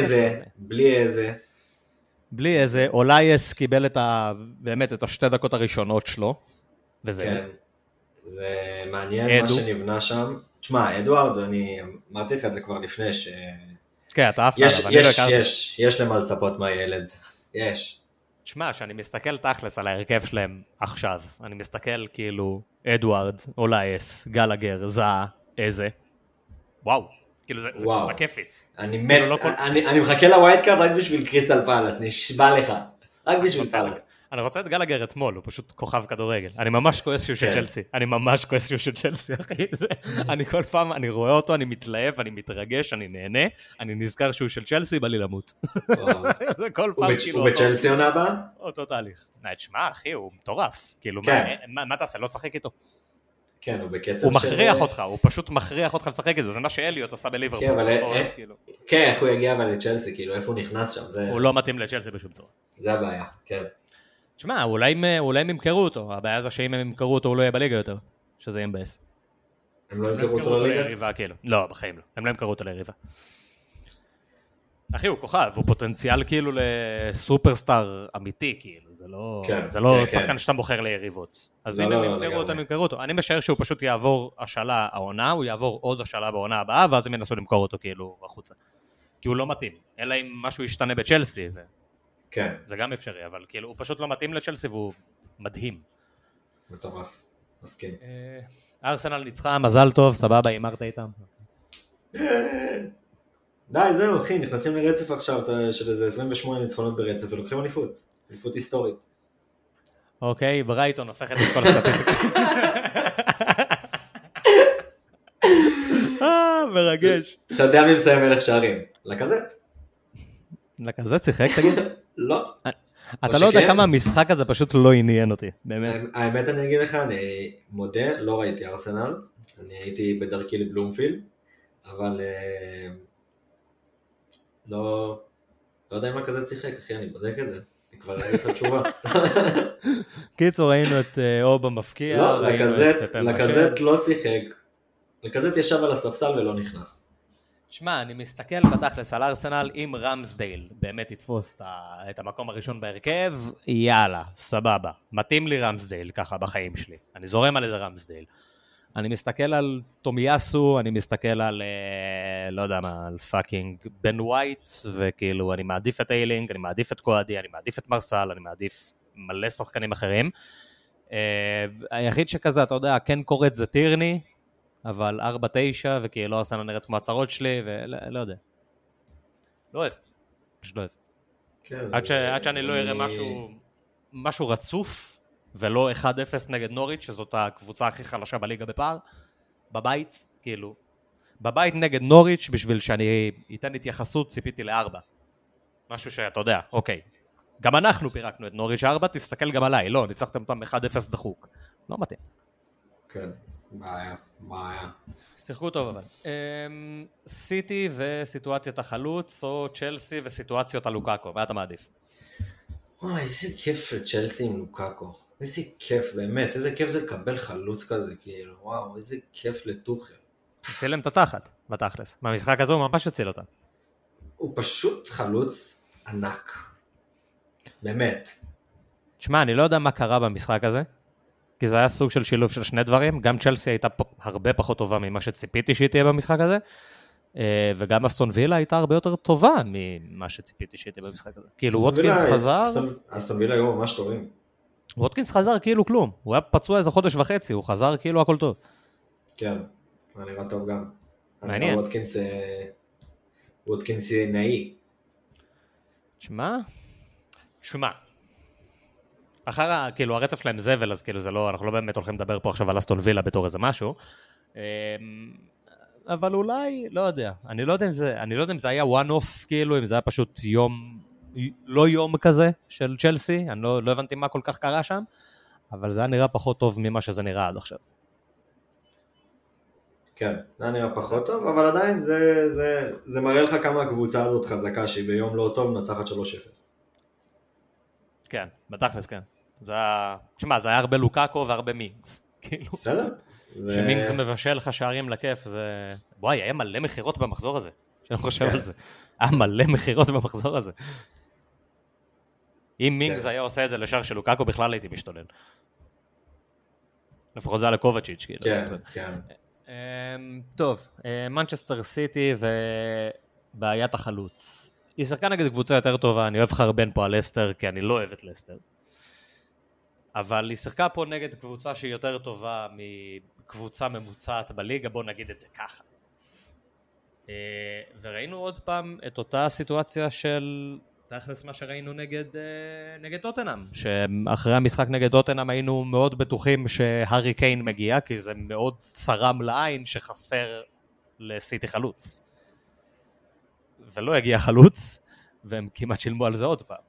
בלי איזה, אולייס קיבל באמת את השתי דקות הראשונות שלו, וזה. כן, זה מעניין מה שנבנה שם. תשמע, אדוארד, אני אמרתי לך את זה כבר לפני ש... כן, אתה אף אחד, אבל אני לא הכרתי. יש למה לצפות מהילד, יש. תשמע, שאני מסתכל תכלס על ההרכב שלהם עכשיו, אני מסתכל כאילו אדוארד, אולייס, גלגר, זאה, איזה, וואו, כאילו זה קבוצה כיפית. אני מחכה לווייט קארד רק בשביל קריסטל פלאס, נשבע לך, רק בשביל פלאס. אני רוצה את גלגר אתמול, הוא פשוט כוכב כדורגל. אני ממש כועס שהוא של צ'לסי. אני ממש כועס שהוא של צ'לסי, אחי. אני כל פעם, אני רואה אותו, אני מתלהב, אני מתרגש, אני נהנה, אני נזכר שהוא של צ'לסי, בא לי למות. זה כל פעם כאילו... הוא בצ'לסי עונה הבאה? אותו תהליך. תשמע, אחי, הוא מטורף. כאילו, מה תעשה? לא תשחק איתו. כן, הוא בקצב הוא מכריח אותך, הוא פשוט מכריח אותך לשחק את זה. זה מה שאליוט עשה בליברפול. כן, איך הוא יגיע אבל לצ'לסי, כאילו, איפה הוא נכנס שם? הוא לא מתאים לצ'לסי בשום צורה. זה הבעיה, כן. תשמע, אולי הם ימכרו אותו, הבעיה זה שאם הם ימכרו אותו הוא לא יהיה בליגה יותר, שזה יהיה מבאס. הם לא ימכרו אותו לליגה? ליריבה, כאילו. לא, בחיים לא, הם לא ימכרו אותו ליריבה. אחי, הוא כוכב, הוא פוטנציאל כאילו לסופרסטאר אמיתי, כאילו, זה לא שחקן שאתה בוחר ליריבות. אז אם הם ימכרו אותו, הם ימכרו אותו. אני משער שהוא פשוט יעבור השאלה העונה, הוא יעבור עוד השאלה בעונה הבאה, ואז הם ינסו למכור אותו כאילו החוצה. כי הוא לא מתאים, אלא אם משהו ישתנה בצ'לסי, כן. זה גם אפשרי, אבל כאילו, הוא פשוט לא מתאים לצ'לסי והוא מדהים. מטורף, מסכים. ארסנל ניצחה, מזל טוב, סבבה, הימרת איתם. די, זהו, אחי, נכנסים לרצף עכשיו של איזה 28 ניצחונות ברצף ולוקחים אליפות היסטורית. אוקיי, ברייטון הופכת את כל הסטטיסטיקה. מרגש. אתה יודע מי מסיים מלך שערים? לקזט. לקזט שיחק, תגיד? לא. אתה לא יודע כמה המשחק הזה פשוט לא עניין אותי, באמת. האמת אני אגיד לך, אני מודה, לא ראיתי ארסנל, אני הייתי בדרכי לבלומפילד, אבל לא יודע אם לקזט שיחק, אחי, אני בודק את זה, אני כבר ראיתי את התשובה. קיצור, ראינו את אובה מפקיע. לא, לקזט לא שיחק, לקזט ישב על הספסל ולא נכנס. שמע, אני מסתכל בתכלס על ארסנל, אם רמסדייל באמת יתפוס את המקום הראשון בהרכב, יאללה, סבבה. מתאים לי רמסדייל ככה בחיים שלי. אני זורם על איזה רמסדייל. אני מסתכל על תומיאסו, אני מסתכל על, לא יודע מה, על פאקינג בן ווייט, וכאילו אני מעדיף את איילינג, אני מעדיף את קואדי, אני מעדיף את מרסל, אני מעדיף מלא שחקנים אחרים. היחיד שכזה, אתה יודע, כן קוראת זה טירני, אבל 4-9, וכאילו ארסנל נראית כמו הצהרות שלי, ולא יודע. לא אוהב. פשוט לא אוהב. כן, עד שאני לא אראה משהו רצוף, ולא 1-0 נגד נוריץ', שזאת הקבוצה הכי חלשה בליגה בפער, בבית, כאילו, בבית נגד נוריץ', בשביל שאני אתן התייחסות, ציפיתי ל4. משהו שאתה יודע, אוקיי. גם אנחנו פירקנו את נוריץ' 4, תסתכל גם עליי, לא, ניצחתם אותם 1-0 דחוק. לא מתאים. כן. בעיה. שיחקו טוב אבל. סיטי וסיטואציית החלוץ, או צ'לסי וסיטואציות הלוקאקו, מה אתה מעדיף? וואי, איזה כיף צ'לסי עם לוקאקו. איזה כיף, באמת, איזה כיף זה לקבל חלוץ כזה, כאילו, וואו, איזה כיף לטוחל. הציל להם את התחת, בתכלס. מהמשחק הזה הוא ממש הציל אותם. הוא פשוט חלוץ ענק. באמת. תשמע, אני לא יודע מה קרה במשחק הזה, כי זה היה סוג של שילוב של שני דברים, גם צ'לסי הייתה הרבה פחות טובה ממה שציפיתי שהיא תהיה במשחק הזה, וגם אסטון וילה הייתה הרבה יותר טובה ממה שציפיתי שהיא תהיה במשחק הזה. כאילו ווטקינס חזר... אסטון וילה היו ממש טובים. ווטקינס חזר כאילו כלום, הוא היה פצוע איזה חודש וחצי, הוא חזר כאילו הכל טוב. כן, הוא נראה טוב גם. מעניין. ווטקינס נאי. שמע. אחר, כאילו, הרצף שלהם זבל, אז כאילו זה לא, אנחנו לא באמת הולכים לדבר פה עכשיו על אסטון וילה בתור איזה משהו, אבל אולי, לא יודע, אני לא יודע אם זה היה one off, כאילו, אם זה היה פשוט לא יום כזה של צ'לסי, אני לא הבנתי מה כל כך קרה שם, אבל זה היה נראה פחות טוב ממה שזה נראה עד עכשיו. כן, זה היה נראה פחות טוב, אבל עדיין זה מראה לך כמה הקבוצה הזאת חזקה, שהיא ביום לא טוב נצחת 3-0. כן, בתכלס כן. תשמע, זה היה הרבה לוקאקו והרבה מינגס. בסדר? שמינגס מבשל לך שערים לכיף, זה... וואי, היה מלא מחירות במחזור הזה. שאני חושב על זה. היה מלא מחירות במחזור הזה. אם מינגס היה עושה את זה לשער של לוקאקו, בכלל הייתי משתולל. לפחות זה היה לקובצ'יץ'. כן, כן. טוב, מנצ'סטר סיטי ובעיית החלוץ. היא שחקה נגד קבוצה יותר טובה, אני אוהב חרבן פה על לסטר, כי אני לא אוהב את לסטר. אבל היא שחקה פה נגד קבוצה שהיא יותר טובה מקבוצה ממוצעת בליגה, בוא נגיד את זה ככה. וראינו עוד פעם את אותה סיטואציה של תכלס מה שראינו נגד טוטנהאם, שאחרי המשחק נגד טוטנהאם היינו מאוד בטוחים שהארי קיין מגיע, כי זה מאוד צרם לעין שחסר לסיטי חלוץ. ולא הגיע חלוץ, והם כמעט שילמו על זה עוד פעם.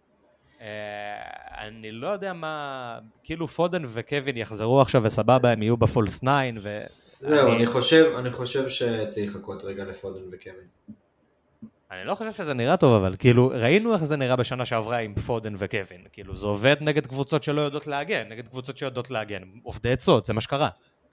אני לא יודע מה, כאילו פודן וקווין יחזרו עכשיו וסבבה, הם יהיו בפולס 9 זהו, אני חושב שצריך לחכות רגע לפודן וקווין. אני לא חושב שזה נראה טוב, אבל כאילו ראינו איך זה נראה בשנה שעברה עם פודן וקווין, כאילו זה עובד נגד קבוצות שלא יודעות להגן, נגד קבוצות שיודעות להגן, עובדי עצות, זה מה שקרה.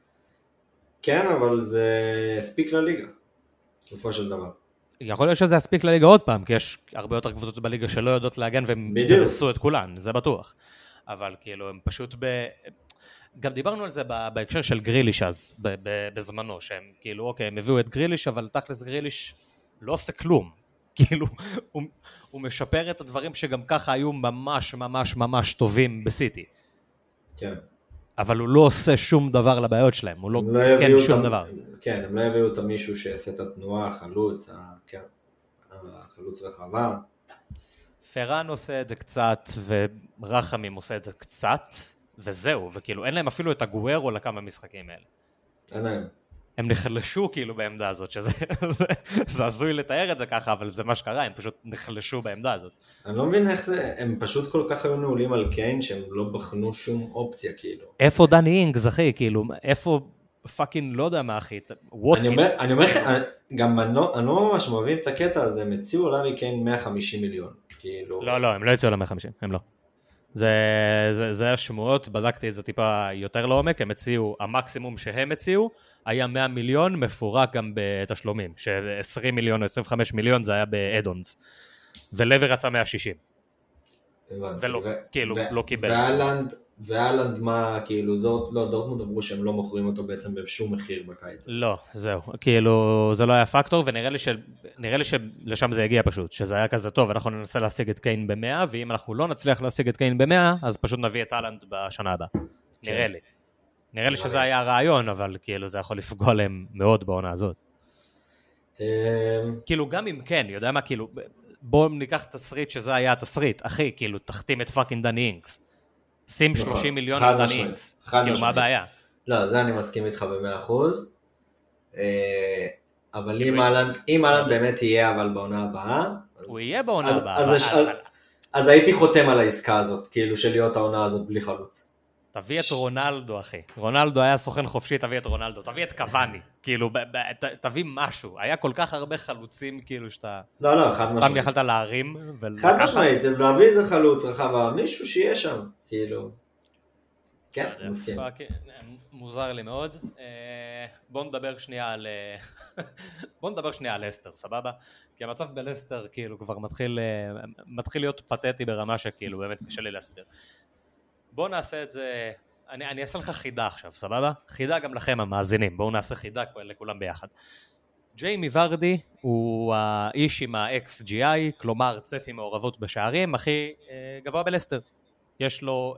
כן, אבל זה הספיק לליגה, בסופו של דבר. יכול להיות שזה הספיק לליגה עוד פעם, כי יש הרבה יותר קבוצות בליגה שלא יודעות להגן והם דרסו את כולן, זה בטוח. אבל כאילו הם פשוט גם דיברנו על זה בהקשר של גריליש אז, בזמנו, שהם כאילו אוקיי, הם הביאו את גריליש, אבל תכלס גריליש לא עושה כלום. כאילו, הוא משפר את הדברים שגם ככה היו ממש ממש ממש טובים בסיטי. כן. אבל הוא לא עושה שום דבר לבעיות שלהם, הוא לא כן שום דבר. כן, הם לא הביאו את מישהו שיעשה את התנועה, החלוץ, החלוץ רחבה. פרן עושה את זה קצת, ורחמים עושה את זה קצת, וזהו, וכאילו אין להם אפילו את הגוארו לכמה משחקים האלה. אין להם. הם נחלשו כאילו בעמדה הזאת, זה הזוי לתאר את זה ככה, אבל זה מה שקרה, הם פשוט נחלשו בעמדה הזאת. אני לא מבין איך זה, הם פשוט כל כך היו נעולים על קיין, שהם לא בחנו שום אופציה כאילו. איפה דני אינגס אחי, כאילו, איפה פאקינג לא יודע מה אחי, ווטקינס. אני אומר, גם אני לא ממש מבין את הקטע הזה, הם הציעו לארי קיין 150 מיליון, כאילו. לא, הם לא הציעו ל-150, הם לא. זה השמועות, בדקתי את זה טיפה יותר לעומק, הם הציעו, המקסימום שהם הציעו, היה 100 מיליון מפורק גם בתשלומים, של 20 מיליון או 25 מיליון זה היה באדונס, ולוי רצה 160. ולא, כאילו, לא קיבל. ואלנד מה, כאילו, דורטמונד אמרו שהם לא מוכרים אותו בעצם בשום מחיר בקיץ. לא, זהו, כאילו, זה לא היה פקטור, ונראה לי שלשם זה הגיע פשוט, שזה היה כזה טוב, אנחנו ננסה להשיג את קיין ב-100, ואם אנחנו לא נצליח להשיג את קיין ב-100, אז פשוט נביא את אלנד בשנה הבאה. נראה לי שזה היה הרעיון, אבל כאילו זה יכול לפגוע להם מאוד בעונה הזאת. כאילו גם אם כן, יודע מה, כאילו, בואו ניקח תסריט שזה היה התסריט, אחי, כאילו, תחתים את פאקינג דני אינגס. שים 30 מיליון דני אינגס. כאילו, מה הבעיה? לא, זה אני מסכים איתך ב-100%. אבל אם אלנד באמת יהיה אבל בעונה הבאה, הוא יהיה בעונה הבאה. אז הייתי חותם על העסקה הזאת, כאילו של להיות העונה הזאת בלי חלוץ. תביא את רונלדו, אחי. רונלדו היה סוכן חופשי, תביא את רונלדו. תביא את קוואני. כאילו, תביא משהו. היה כל כך הרבה חלוצים, כאילו, שאתה... לא, חד משמעית. סתם יכלת להרים ולקחת. חד משמעית, אז להביא איזה חלוץ רחבה, מישהו שיהיה שם, כאילו. כן, מסכים. מוזר לי מאוד. בואו נדבר שנייה על לסטר, סבבה? כי המצב בלסטר, כאילו, כבר מתחיל להיות פתטי ברמה שכאילו, באמת קשה לי להסביר. בואו נעשה את זה, אני אעשה לך חידה עכשיו, סבבה? חידה גם לכם המאזינים, בואו נעשה חידה לכולם ביחד. ג'יימי ורדי הוא האיש עם ה-XGI, כלומר צפי מעורבות בשערים, הכי גבוה בלסטר. יש לו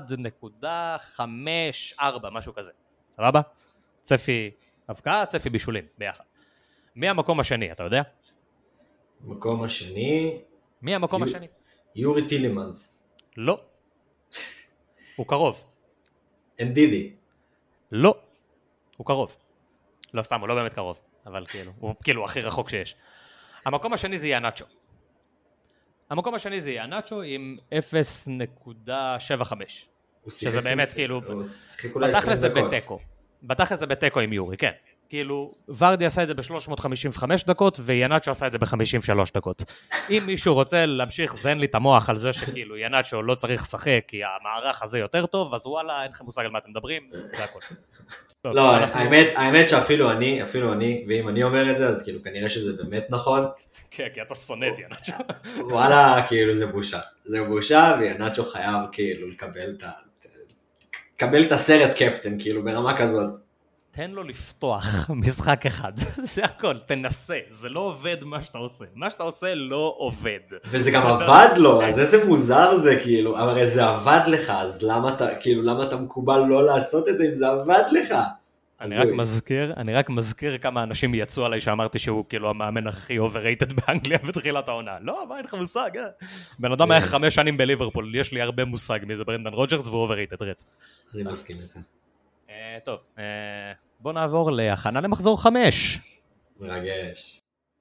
1.54, משהו כזה, סבבה? צפי הבקעה, צפי בישולים, ביחד. מי המקום השני, אתה יודע? מקום השני... מי המקום השני? יורי טילמנס. לא. הוא קרוב. אנדידי. לא. הוא קרוב. לא סתם, הוא לא באמת קרוב, אבל הוא כאילו הכי רחוק שיש. המקום השני זה יאנצ'ו. המקום השני זה יאנצ'ו עם 0.75. שזה באמת כאילו... בתכל'ס זה בטקו. בתכל'ס זה בטקו עם יורי, כן. כאילו, ורדי עשה את זה ב-355 דקות, ויאנצ'ו עשה את זה ב-53 דקות. אם מישהו רוצה להמשיך זן לי את המוח על זה שכאילו יאנצ'ו לא צריך לשחק, כי המערך הזה יותר טוב, אז וואלה, אין לכם מושג על מה אתם מדברים, זה הכל. לא, האמת שאפילו אני, ואם אני אומר את זה, אז כאילו כנראה שזה באמת נכון. כן, כי אתה שונא את יאנצ'ו. וואלה, כאילו זה בושה. זה בושה, ויאנצ'ו חייב כאילו לקבל את הסרט קפטן, כאילו ברמה כזאת. תן לו לפתוח משחק אחד, זה הכל, תנסה, זה לא עובד מה שאתה עושה, מה שאתה עושה לא עובד. וזה גם עבד לו, אז איזה מוזר זה כאילו, אבל זה עבד לך, אז למה אתה מקובל לא לעשות את זה אם זה עבד לך? אני רק מזכיר כמה אנשים יצאו עליי שאמרתי שהוא כאילו המאמן הכי overrated באנגליה בתחילת העונה. לא, מה אין לך מושג, בן אדם היה 5 שנים בליברפול, יש לי הרבה מושג מזה ברנדן רוג'רס והוא overrated רצח. אני מסכים איתך. טוב, בוא נעבור להכנה למחזור 5. מרגש.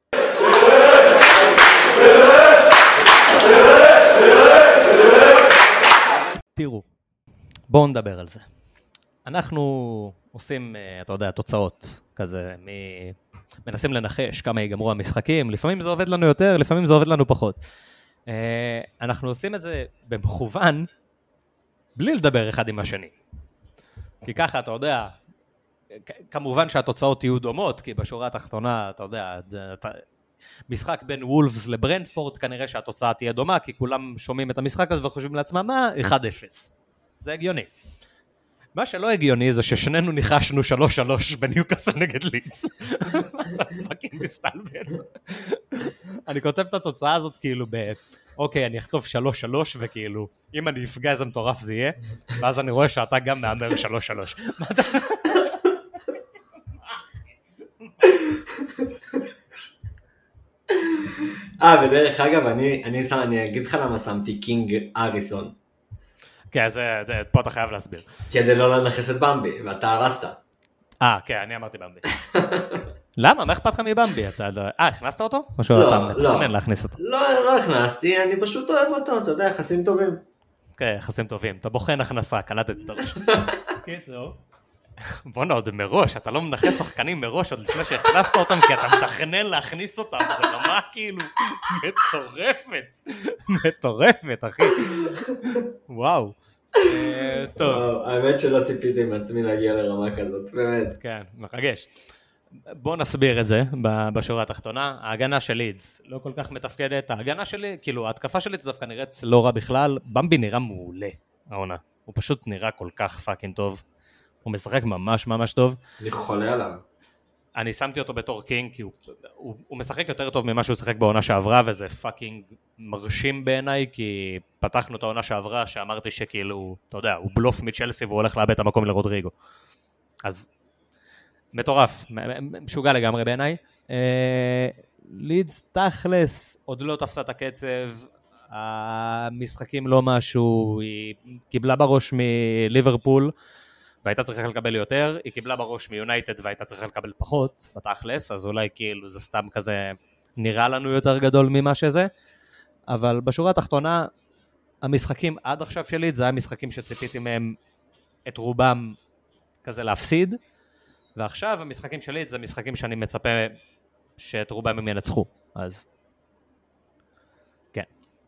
תראו, בואו נדבר על זה. אנחנו עושים, אתה יודע, תוצאות כזה, מנסים לנחש כמה ייגמרו המשחקים, לפעמים זה עובד לנו יותר, לפעמים זה עובד לנו פחות. אנחנו עושים את זה במכוון, בלי לדבר אחד עם השני. כי ככה, אתה יודע, כמובן שהתוצאות יהיו דומות, כי בשורה התחתונה, אתה יודע, משחק בין וולפס לברנדפורד, כנראה שהתוצאה תהיה דומה, כי כולם שומעים את המשחק הזה וחושבים לעצמם, 1-0. זה הגיוני. מה שלא הגיוני זה ששנינו ניחשנו 3-3 בניוקאסל נגד לידס. אתה פאקינג מסתלבט. אני כותב את התוצאה הזאת כאילו אוקיי, אני אכתוב 3-3 וכאילו, אם אני אפגע איזה מטורף זה יהיה, ואז אני רואה שאתה גם מאמר 3-3. מה אתה... ודרך אגב, אני אגיד לך למה שמתי קינג אריסון. כן, פה אתה חייב להסביר. כדי לא לנחס את במבי, ואתה הרסת. כן, אני אמרתי במבי. למה? מה אכפת לך מבמבי? הכנסת אותו? או שאתה מתכנן להכניס אותו? לא הכנסתי, אני פשוט אוהב אותו, אתה יודע, יחסים טובים. כן, יחסים טובים. אתה בוחן הכנסה, קלטת את הראש. קיצור. בוא'נה, עוד מראש, אתה לא מנחס שחקנים מראש, עוד לפני שהכנסת אותם, כי אתה מתכנן להכניס אותם, זה רמה כאילו מטורפת, אחי. וואו. טוב. האמת שלא ציפיתי מעצמי להגיע לרמה כזאת, באמת. כן, מרגש. בוא נסביר את זה בשורה התחתונה. ההגנה של לידס לא כל כך מתפקדת, ההגנה שלי, כאילו, ההתקפה של לידס דווקא נראית לא רע בכלל, במבי נראה מעולה, העונה. הוא פשוט נראה כל כך פאקינג טוב. הוא משחק ממש ממש טוב. אני חולה עליו. אני שמתי אותו בתור קינג, כי הוא משחק יותר טוב ממה שהוא שחק בעונה שעברה, וזה פאקינג מרשים בעיניי, כי פתחנו את העונה שעברה, שאמרתי שכאילו, אתה יודע, הוא בלוף מצ'לסי, והוא הולך לאבד את המקום לרודריגו. אז מטורף, משוגע לגמרי בעיניי. לידס תכלס, עוד לא תפסה את הקצב, המשחקים לא משהו, היא קיבלה בראש מליברפול, והייתה צריכה לקבל יותר, היא קיבלה בראש מיונייטד והייתה צריכה לקבל פחות, בתכלס, אז אולי כאילו זה סתם כזה נראה לנו יותר גדול ממה שזה, אבל בשורה התחתונה, המשחקים עד עכשיו שלי, זה היה משחקים שציפיתי מהם את רובם כזה להפסיד, ועכשיו המשחקים שלי זה משחקים שאני מצפה שאת רובם הם ינצחו, אז כן.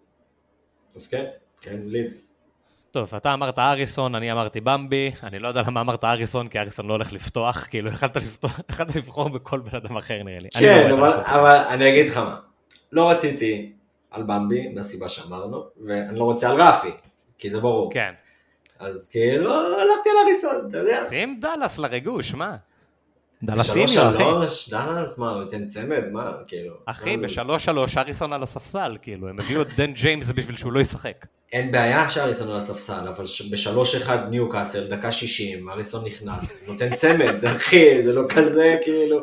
אז כן, לידס. טוב, אתה אמרת אריסון, אני אמרתי במבי, אני לא יודע למה אמרת אריסון, כי אריסון לא הולך לפתוח, כאילו יכלת לבחור בכל בן אדם אחר נראה לי. כן, אבל אני אגיד לך מה, לא רציתי על במבי, מהסיבה שאמרנו, ואני לא רוצה על רפי, כי זה ברור. כן. אז כאילו, הלכתי על אריסון, אתה יודע. שים דלס לריגוש, מה? דלסיניו, אחי. דלס, מה, הוא ייתן צמד, מה, כאילו. אחי, ב3-3 אריסון על הספסל, כאילו, הם הביאו את דן ג'יימס בשביל שהוא לא ישחק. אין בעיה שאריסון על הספסל, אבל ב3-1 ניוקאסל, דקה 60, אריסון נכנס, נותן צמד, אחי, זה לא כזה, כאילו.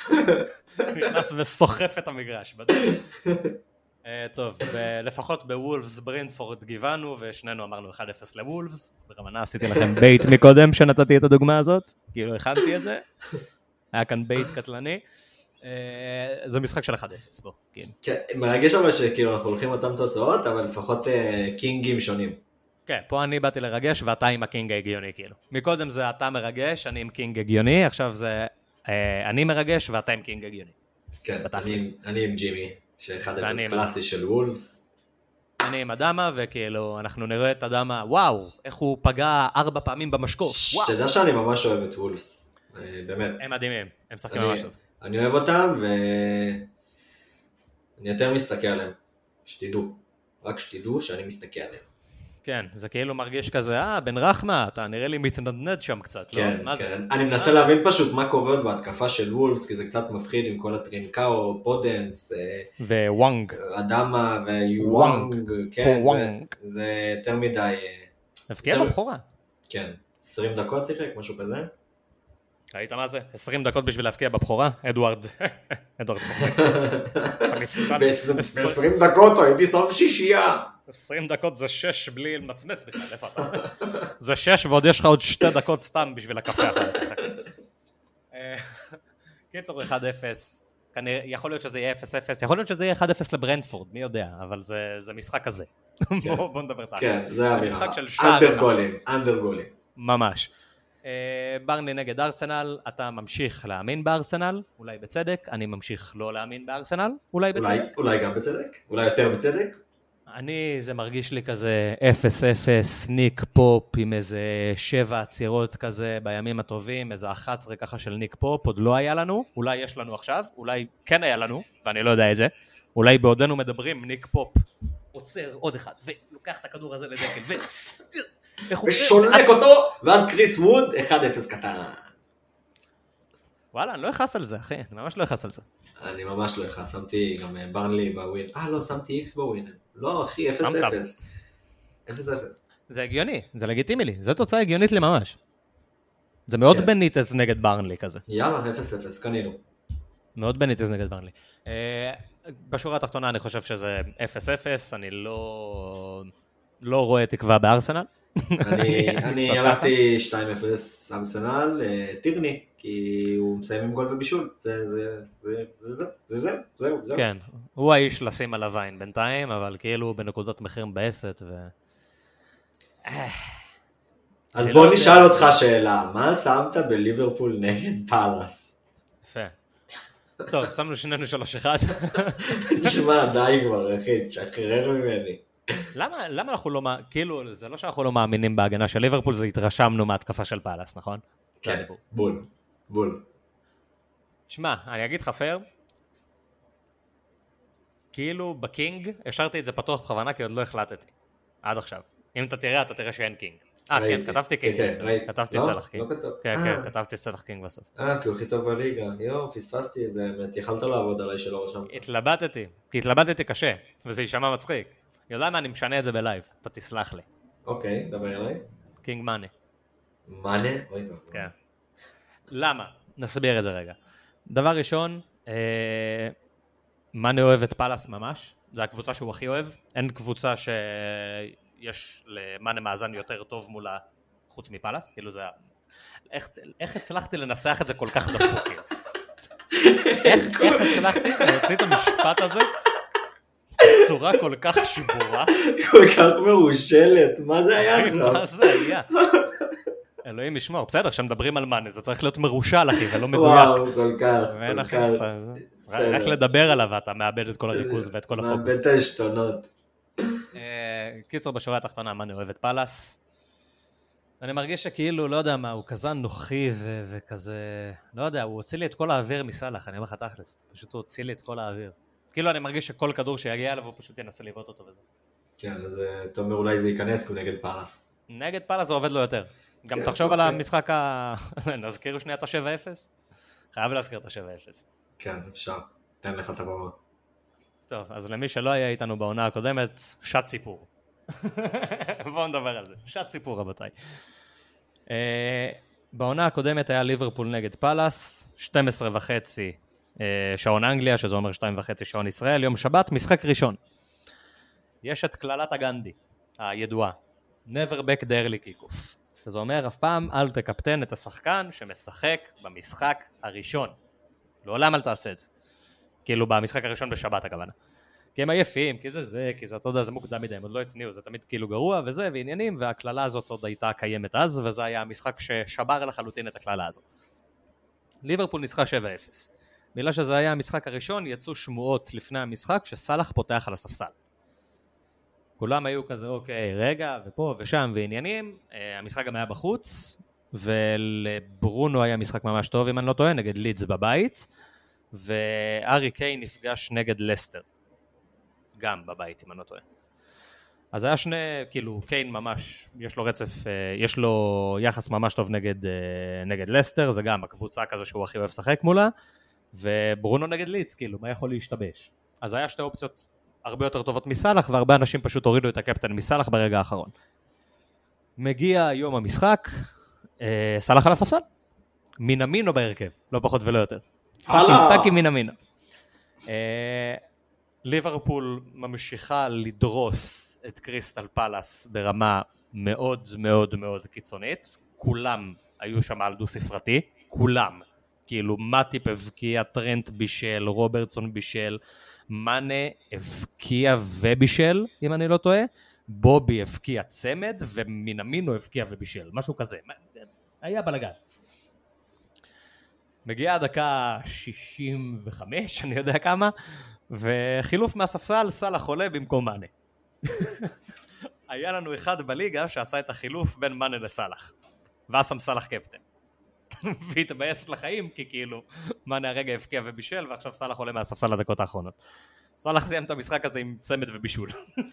נכנס וסוחף את המגרש, בדיוק. טוב, לפחות בוולפס ברנדפורד גיוונו, ושנינו אמרנו 1-0 לוולפס, ברמנה עשיתי לכם בייט מקודם שנתתי את הדוגמה הזאת, כאילו הכנתי את זה, היה כאן בייט קטלני, זה משחק של 1-0 בו. כן, מרגש אבל שכאילו אנחנו הולכים אותם תוצאות, אבל לפחות קינגים שונים. כן, פה אני באתי לרגש ואתה עם הקינג ההגיוני כאילו. מקודם זה אתה מרגש, אני עם קינג הגיוני, עכשיו זה אני מרגש ואתה עם קינג הגיוני. כן, אני עם ג'ימי. ש1-0 קלאסי של וולפס. אני עם אדמה, וכאילו, אנחנו נראה את אדמה, וואו, איך הוא פגע 4 פעמים במשקוף. שתדע שאני ממש אוהב את וולפס, באמת. הם מדהימים, הם שחקים ממש טוב. אני אוהב אותם, ואני יותר מסתכל עליהם, שתדעו, רק שתדעו שאני מסתכל עליהם. כן, זה כאילו מרגיש כזה, בן רחמה, אתה נראה לי מתנדנד שם קצת, כן, לא? כן. אני מנסה להבין פשוט מה קורה עוד בהתקפה של וולפס, כי זה קצת מפחיד עם כל הטרינקאו, פודנס, ווואנג. אדמה ויואנג, כן, זה יותר מדי. הפקיע בבחורה. כן, 20 דקות שיחק, משהו כזה. ראית מה זה? 20 דקות בשביל להפקיע בבחורה? אדוארד צוחק. ב-20 דקות הייתי שם 6. 20 דקות זה 6 בלי למצמץ בכלל, איפה אתה? זה 6 ועוד יש לך עוד 2 דקות סתם בשביל הקפה אחר. קיצור 1-0, יכול להיות שזה יהיה 0-0, יכול להיות שזה יהיה 1-0 לברנדפורד, מי יודע, אבל זה משחק כזה. בוא נדבר תחת. כן, זה משחק של שער. אנדר גולים. ממש. ברנלי נגד ארסנל, אתה ממשיך להאמין בארסנל, אולי בצדק, אני ממשיך לא להאמין בארסנל, אולי בצדק. אולי גם בצדק, אולי יותר בצדק. זה מרגיש לי כזה 0-0, ניק פופ עם איזה 7 עצירות כזה בימים הטובים, איזה 11 ככה של ניק פופ, עוד לא היה לנו, אולי יש לנו עכשיו, אולי כן היה לנו, ואני לא יודע את זה, אולי בעודנו מדברים, ניק פופ עוצר עוד אחד, ולוקח את הכדור הזה לדקל, ושולק אותו, ואז קריס ווד, 1-0 קטן. וואלה, אני לא אכעס על זה, אחי, אני ממש לא אכעס על זה. אני ממש לא אכעס, שמתי גם ברנלי בווין. לא, שמתי איקס בווין. לא, אחי, 0-0. 0-0. זה הגיוני, זה לגיטימי לי, זו תוצאה הגיונית לי ממש. זה מאוד בניטס נגד ברנלי כזה. יאללה, 0-0, קנינו. מאוד בניטס נגד ברנלי. בשורה התחתונה אני חושב שזה 0-0, אני לא רואה תקווה בארסנל. אני הלכתי 2-0 ארסנל, טירני, כי הוא מסיים עם גול ובישול. זהו. כן, הוא האיש לשים עליו עין בינתיים, אבל כאילו בנקודות מחיר מבאסת אז בוא נשאל אותך שאלה, מה שמת בליברפול נגד פאלאס? יפה. טוב, שמנו שנינו 3-1. תשמע, די כבר, אחי, תשחרר ממני. למה אנחנו לא, כאילו, זה לא שאנחנו לא מאמינים בהגנה של ליברפול, זה התרשמנו מהתקפה של פאלאס, נכון? כן, בול. תשמע, אני אגיד לך פייר, כאילו בקינג, השארתי את זה פתוח בכוונה, כי עוד לא החלטתי, עד עכשיו. אם אתה תראה שאין קינג. כן, כתבתי קינג בעצם, כתבתי סלח קינג. כן, כתבתי סלח קינג בסוף. כי הוא הכי טוב בליגה, פספסתי את זה, יכלת לעבוד עליי שלא רשמת. התלבטתי קשה, וזה יישמע מצחיק. יודע מה, אני משנה את זה בלייב, אתה תסלח לי. אוקיי, דבר אליי. קינג מאנה. מאנה? כן. למה? נסביר את זה רגע. דבר ראשון, מאנה אוהב את פאלאס ממש, זה הקבוצה שהוא הכי אוהב, אין קבוצה שיש למאנה מאזן יותר טוב מולה חוץ מפאלאס, כאילו זה... איך הצלחתי לנסח את זה כל כך דפוק? איך הצלחתי להוציא את המשפט הזה? צורה כל כך שבורה. כל כך מרושלת, מה זה היה עכשיו? מה זה היה? אלוהים ישמור, בסדר, כשמדברים על מאנה, זה צריך להיות מרושל, אחי, ולא מדויק. וואו, כל כך. רק לדבר עליו, אתה מאבד את כל הריכוז ואת כל הפוקוס. מאבד את העשתונות. קיצור, בשורה התחתונה, מאנה אוהב את פאלאס. אני מרגיש שכאילו, לא יודע מה, הוא כזה נוחי וכזה, לא יודע, הוא הוציא לי את כל האוויר מסלח, אני אומר לך תכלס, פשוט הוא הוציא לי את כל האוויר. כאילו אני מרגיש שכל כדור שיגיע אליו הוא פשוט ינסה לבעוט אותו וזה. כן, אז אתה אומר אולי זה ייכנס נגד פאלאס. נגד פאלאס זה עובד לו יותר. גם תחשוב על המשחק נזכירו שנייה את ה-7-0? חייב להזכיר את ה-7-0. כן, אפשר. תן לך את הבמה. טוב, אז למי שלא היה איתנו בעונה הקודמת, שעת סיפור. בואו נדבר על זה. שעת סיפור, רבותיי. בעונה הקודמת היה ליברפול נגד פאלאס, 12:30 שעון אנגליה, שזה אומר 2:30 שעון ישראל, יום שבת, משחק ראשון. יש את כללת הגנדי, הידועה. never back the early kick-off. שזה אומר, אף פעם אל תקפטן את השחקן שמשחק במשחק הראשון. לעולם אל תעשה את זה. כאילו במשחק הראשון בשבת הכוונה. כי הם עייפים, כי זה, אתה יודע, זה מוקדם מדי, הם עוד לא התניעו, זה תמיד כאילו גרוע וזה, ועניינים, והכללה הזאת עוד הייתה קיימת אז, וזה היה המשחק ששבר לחלוטין את הכללה הזאת. ליברפול ניצחה 7-0. בגלל שזה היה המשחק הראשון, יצאו שמועות לפני המשחק שסלח פותח על הספסל. כולם היו כזה, אוקיי, רגע, ופה ושם ועניינים, המשחק גם היה בחוץ, ולברונו היה משחק ממש טוב, אם אני לא טועה, נגד לידס בבית, וארי קיין נפגש נגד לסטר. גם בבית, אם אני לא טועה. אז היה שני, כאילו, קיין ממש, יש לו רצף, יש לו יחס ממש טוב נגד לסטר, זה גם הקבוצה כזו שהוא הכי אוהב לשחק מולה, וברונו נגד לידס, כאילו, מה יכול להשתבש? אז היה שתי אופציות הרבה יותר טובות מסלח, והרבה אנשים פשוט הורידו את הקפטן מסלח ברגע האחרון. מגיע יום המשחק, סלח על הספסל. מינמינו בהרכב, לא פחות ולא יותר. הלאה. פאקי מינמינו. ליברפול ממשיכה לדרוס את קריסטל פלאס ברמה מאוד מאוד מאוד קיצונית. כולם היו שם על דו ספרתי, כולם. כאילו מטיפ הבקיע, טרנט בישל, רוברטסון בישל, מנה הבקיע ובישל, אם אני לא טועה, בובי הבקיע צמד, ומינמינו הבקיע ובישל, משהו כזה. היה בלגן. מגיעה הדקה 65, אני יודע כמה, וחילוף מהספסל, סלאח עולה במקום מנה. היה לנו אחד בליגה שעשה את החילוף בין מנה לסלאח, ואז שם סלאח קפטן. והתבאס לחיים, כי כאילו מנה הרגע הבקיע ובישל, ועכשיו סלאח עולה מהספסל לדקות האחרונות. סלאח סיים את המשחק הזה עם צמד ובישול.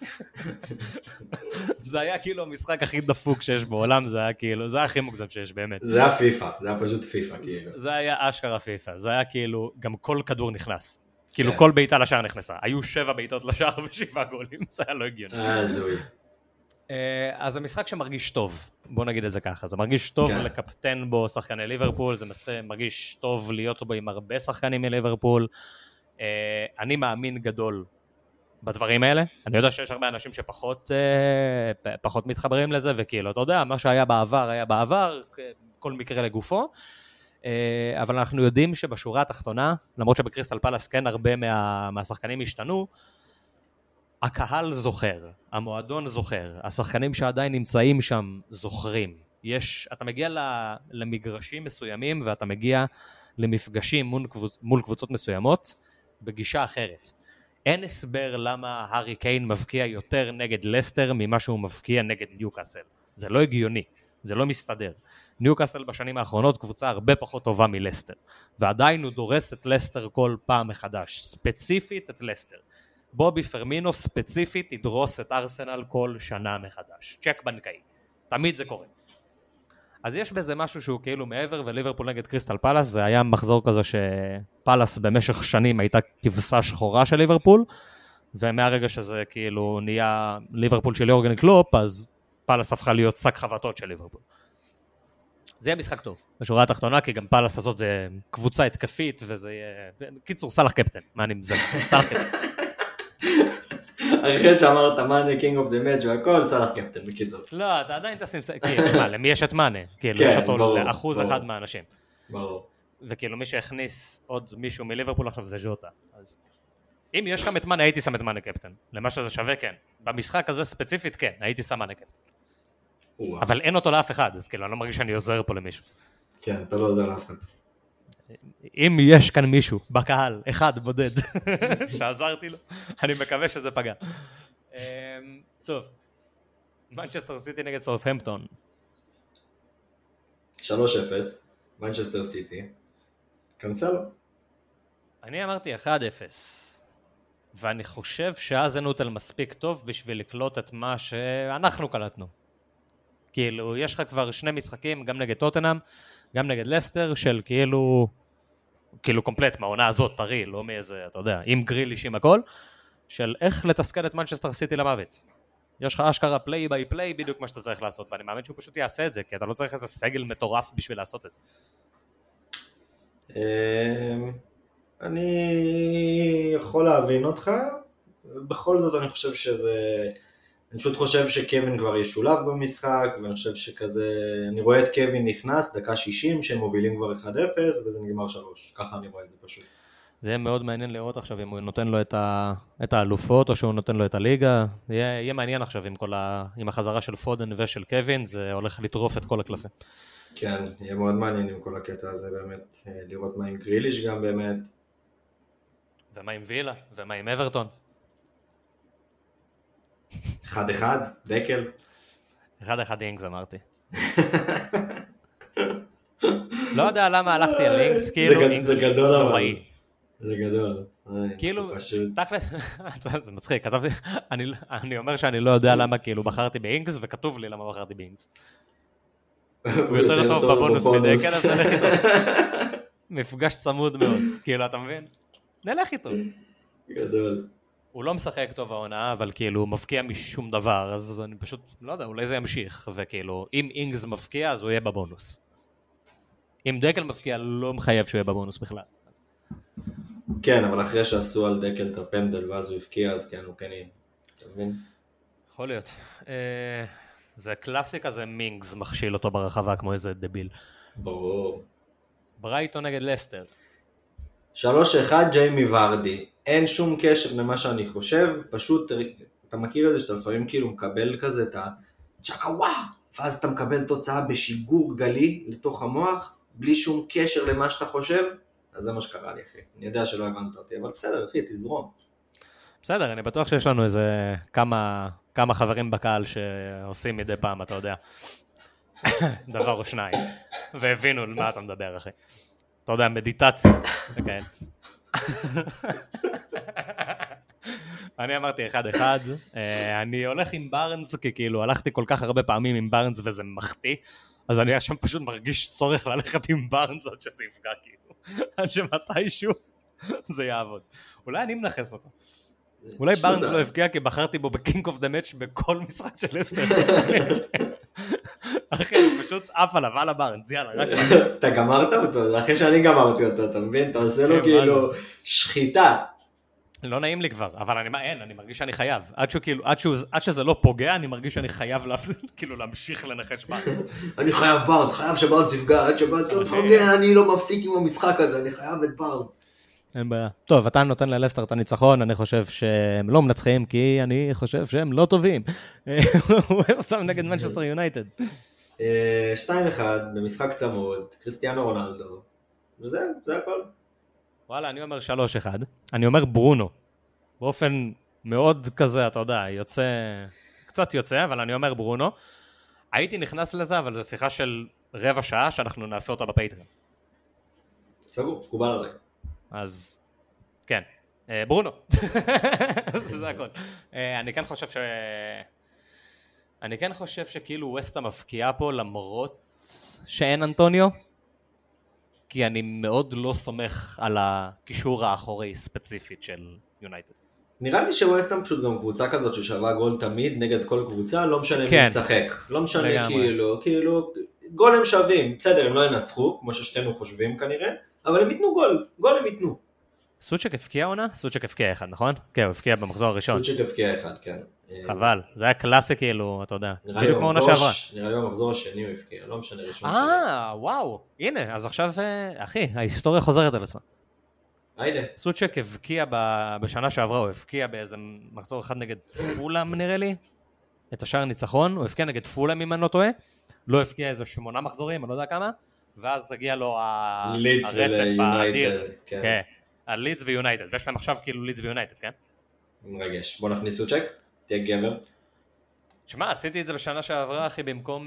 זה היה כאילו המשחק הכי דפוק שיש בעולם, זה היה כאילו, זה היה הכי מוגזם שיש באמת. זה היה פיפה, זה היה פשוט פיפה כאילו. זה היה אשכרה פיפה, זה היה כאילו, גם כל כדור נכנס. כאילו כל בעיטה לשער נכנסה. היו 7 בעיטות לשער ו7 גולים, זה היה לא הגיוני. זוי. אז המשחק שמרגיש טוב, בוא נגיד את זה ככה, זה מרגיש טוב לקפטן בו שחקני ליברפול, זה מרגיש טוב להיות בו עם הרבה שחקנים מליברפול, אני מאמין גדול בדברים האלה, אני יודע שיש הרבה אנשים שפחות מתחברים לזה, וכאילו, אתה יודע, מה שהיה בעבר היה בעבר, כל מקרה לגופו, אבל אנחנו יודעים שבשורה התחתונה, למרות שבקריסטל פלאס כן הרבה מהשחקנים השתנו, הקהל זוכר, המועדון זוכר, השחקנים שעדיין נמצאים שם זוכרים. אתה מגיע למגרשים מסוימים ואתה מגיע למפגשים מול קבוצות מסוימות בגישה אחרת. אין הסבר למה הארי קיין מבקיע יותר נגד לסטר ממה שהוא מבקיע נגד ניוקאסל. זה לא הגיוני, זה לא מסתדר. ניוקאסל בשנים האחרונות קבוצה הרבה פחות טובה מלסטר, ועדיין הוא דורס את לסטר כל פעם מחדש, ספציפית את לסטר. בובי פרמינו ספציפית ידרוס את ארסנל כל שנה מחדש. צ'ק בנקאי. תמיד זה קורה. אז יש בזה משהו שהוא כאילו מעבר, וליברפול נגד קריסטל פלאס, זה היה מחזור כזה שפלאס במשך שנים הייתה כבשה שחורה של ליברפול, ומהרגע שזה כאילו נהיה ליברפול של יורגן קלופ, אז פלאס הפכה להיות שק חבטות של ליברפול. זה יהיה משחק טוב, בשורה התחתונה, כי גם פלאס הזאת זה קבוצה התקפית, וזה יהיה... קיצור, סלאח קפטן. מה אני מזל? סלאח קפטן. אחרי שאמרת מאנה קינג אוף דה מאץ' והכל, סלאח קפטן, בקיצור. לא, אתה עדיין תשים, כאילו, למי יש את מאנה? כאילו, יש אותו לאחוז אחד מהאנשים. ברור. וכאילו, מי שהכניס עוד מישהו מליברפול עכשיו זה ז'וטה. אם יש לכם את מאנה, הייתי שם את מאנה קפטן. למה שזה שווה, כן. במשחק הזה ספציפית, כן, הייתי שם מאנה קפטן. אבל אין אותו לאף אחד, אז כאילו, אני לא מרגיש שאני עוזר פה למישהו. כן, אתה לא עוזר לאף אחד. אם יש כאן מישהו בקהל, אחד בודד, שעזרתי לו, אני מקווה שזה פגע. טוב, מנצ'סטר סיטי נגד סאות'המפטון. 3-0, מנצ'סטר סיטי. קנסלו. אני אמרתי 1-0, ואני חושב שאז נוטל מספיק טוב בשביל לקלוט את מה שאנחנו קלטנו. כאילו, יש לך כבר 2 משחקים, גם נגד טוטנהאם, גם נגד לסטר, של כאילו קומפלט מהעונה הזאת, טרי, לא מאיזה, אתה יודע, עם גריליש עם הכל, של איך לתסכל את מנצ'סטר סיטי למוות. יש לך אשכרה פליי ביי פליי, בדיוק מה שאתה צריך לעשות, ואני מאמין שהוא פשוט יעשה את זה, כי אתה לא צריך איזה סגל מטורף בשביל לעשות את זה. אני יכול להבין אותך, בכל זאת אני חושב שזה... אני פשוט חושב שקווין כבר ישולב במשחק, ואני חושב שכזה, אני רואה את קווין נכנס, דקה 60, שהם מובילים כבר 1-0, וזה נגמר 3, ככה אני רואה את זה פשוט. זה יהיה מאוד מעניין לראות עכשיו, אם הוא נותן לו את האלופות, או שהוא נותן לו את הליגה, יהיה מעניין עכשיו עם החזרה של פודן ושל קווין, זה הולך לטרוף את כל הקלפים. כן, יהיה מאוד מעניין עם כל הקטע הזה באמת, לראות מה עם גריליש גם באמת. ומה עם וילה, ומה עם אברטון. 1-1, דקל. 1-1 אינגס אמרתי. לא יודע למה הלכתי על אינגס, כאילו אינגס זה גדול נוראי. זה גדול. כאילו, תכל'ס, זה מצחיק, כתבתי, אני אומר שאני לא יודע למה כאילו בחרתי באינגס, וכתוב לי למה בחרתי באינגס. הוא יותר טוב בבונוס מדקל, אז נלך איתו. מפגש צמוד מאוד, כאילו, אתה מבין? נלך איתו. גדול. הוא לא משחק טוב העונה, אבל כאילו הוא מבקיע משום דבר, אז אני פשוט, לא יודע, אולי זה ימשיך, וכאילו, אם אינגס מבקיע, אז הוא יהיה בבונוס. אם דקל מבקיע, לא מחייב שהוא יהיה בבונוס בכלל. כן, אבל אחרי שעשו על דקל את הפנדל ואז הוא הבקיע, אז כן, הוא כן יהיה. אתה מבין? יכול להיות. זה קלאסי כזה מינגס מכשיל אותו ברחבה כמו איזה דביל. ברור. ברייטון נגד לסטר. 3-1 ג'יימי ורדי. אין שום קשר למה שאני חושב, פשוט אתה מכיר את זה שאתה לפעמים כאילו מקבל כזה את הצ'קוואה, ואז אתה מקבל תוצאה בשיגור גלי לתוך המוח, בלי שום קשר למה שאתה חושב, אז זה מה שקרה לי אחי. אני יודע שלא הבנת אותי, אבל בסדר אחי, תזרום. בסדר, אני בטוח שיש לנו איזה כמה חברים בקהל שעושים מדי פעם, אתה יודע. דבר או שניים. והבינו על מה אתה מדבר, אחי. אתה יודע, מדיטציה. וכן. אני אמרתי 1-1. אני הולך עם בארנס, כי כאילו הלכתי כל כך הרבה פעמים עם בארנס וזה מחטיא. אז אני עכשיו פשוט מרגיש צורך ללכת עם בארנס עד שזה יפגע, כאילו. עד שמתישהו זה יעבוד. אולי אני מנחס אותו. אולי בארנס לא הפגיע כי בחרתי בו בקינג אוף דה מאץ' בכל משחק של לסטר. אחי, פשוט אף עליו, על הבארנס, יאללה, רק בארנס. אתה גמרת אותו? אחרי שאני גמרתי אותו, אתה מבין? אתה עושה לו כאילו שחיטה. לא נעים לי כבר, אבל אני מרגיש שאני חייב. עד שזה לא פוגע, אני מרגיש שאני חייב כאילו להמשיך לנחש בארנס. אני חייב בארנס, חייב שבארנס יפגע, עד שבארנס לא פוגע, אני לא מפסיק עם המשחק הזה, אני חייב את בארנס. אין בעיה. טוב, אתה נותן ללסטר את הניצחון, אני חושב שהם לא מנצחים, כי אני חושב שהם לא טובים. הוא עכשיו נגד מנצ'סטר יונייטד. 2-1, במשחק צמוד, קריסטיאנו רונלדו. וזה הכל. וואלה, אני אומר 3-1. אני אומר ברונו. באופן מאוד כזה, אתה יודע, קצת יוצא, אבל אני אומר ברונו. הייתי נכנס לזה, אבל זו שיחה של רבע שעה שאנחנו נעשה אותה בפייטריון. סגור, קובל עליי. אז כן, ברונו, זה הכל. אני כן חושב שכאילו ווסטה מפקיעה פה למרות שאין אנטוניו, כי אני מאוד לא סומך על הקישור האחורי ספציפית של יונייטד. נראה לי שווסטהאם פשוט גם קבוצה כזאת ששווה גול תמיד נגד כל קבוצה, לא משנה מי משחק, לא משנה כאילו גול הם שווים, בסדר הם לא ינצחו, כמו ששתינו חושבים כנראה, אבל הם ייתנו גול הם ייתנו. סוצ'ק הפקיע עונה? סוצ'ק הפקיע אחד, נכון? כן, הוא הפקיע במחזור הראשון. סוצ'ק הפקיע אחד, כן. חבל, זה היה קלאסי כאילו, אתה יודע, בדיוק כמו עונה שעברה. נראה לי במחזור השני הוא הפקיע, לא משנה ראשון שני. וואו, הנה, אז עכשיו, אחי, ההיסטוריה חוזרת על עצמה. היידה. סוצ'ק הבקיע בשנה שעברה, הוא הבקיע באיזה מחזור אחד נגד פולאם נראה לי, את השער ניצחון, הוא הבקיע נגד פולאם אם אני לא טועה, לא הבקיע איזה 8 מחזורים, אני לא יודע כמה, ואז הגיע לו הרצף האדיר. כן. על לידס ויונייטד, ויש להם עכשיו כאילו לידס ויונייטד, כן? מרגש, בוא נכניס סוצ'ק, תהיה גבר. שמע, עשיתי את זה בשנה שעברה, אחי, במקום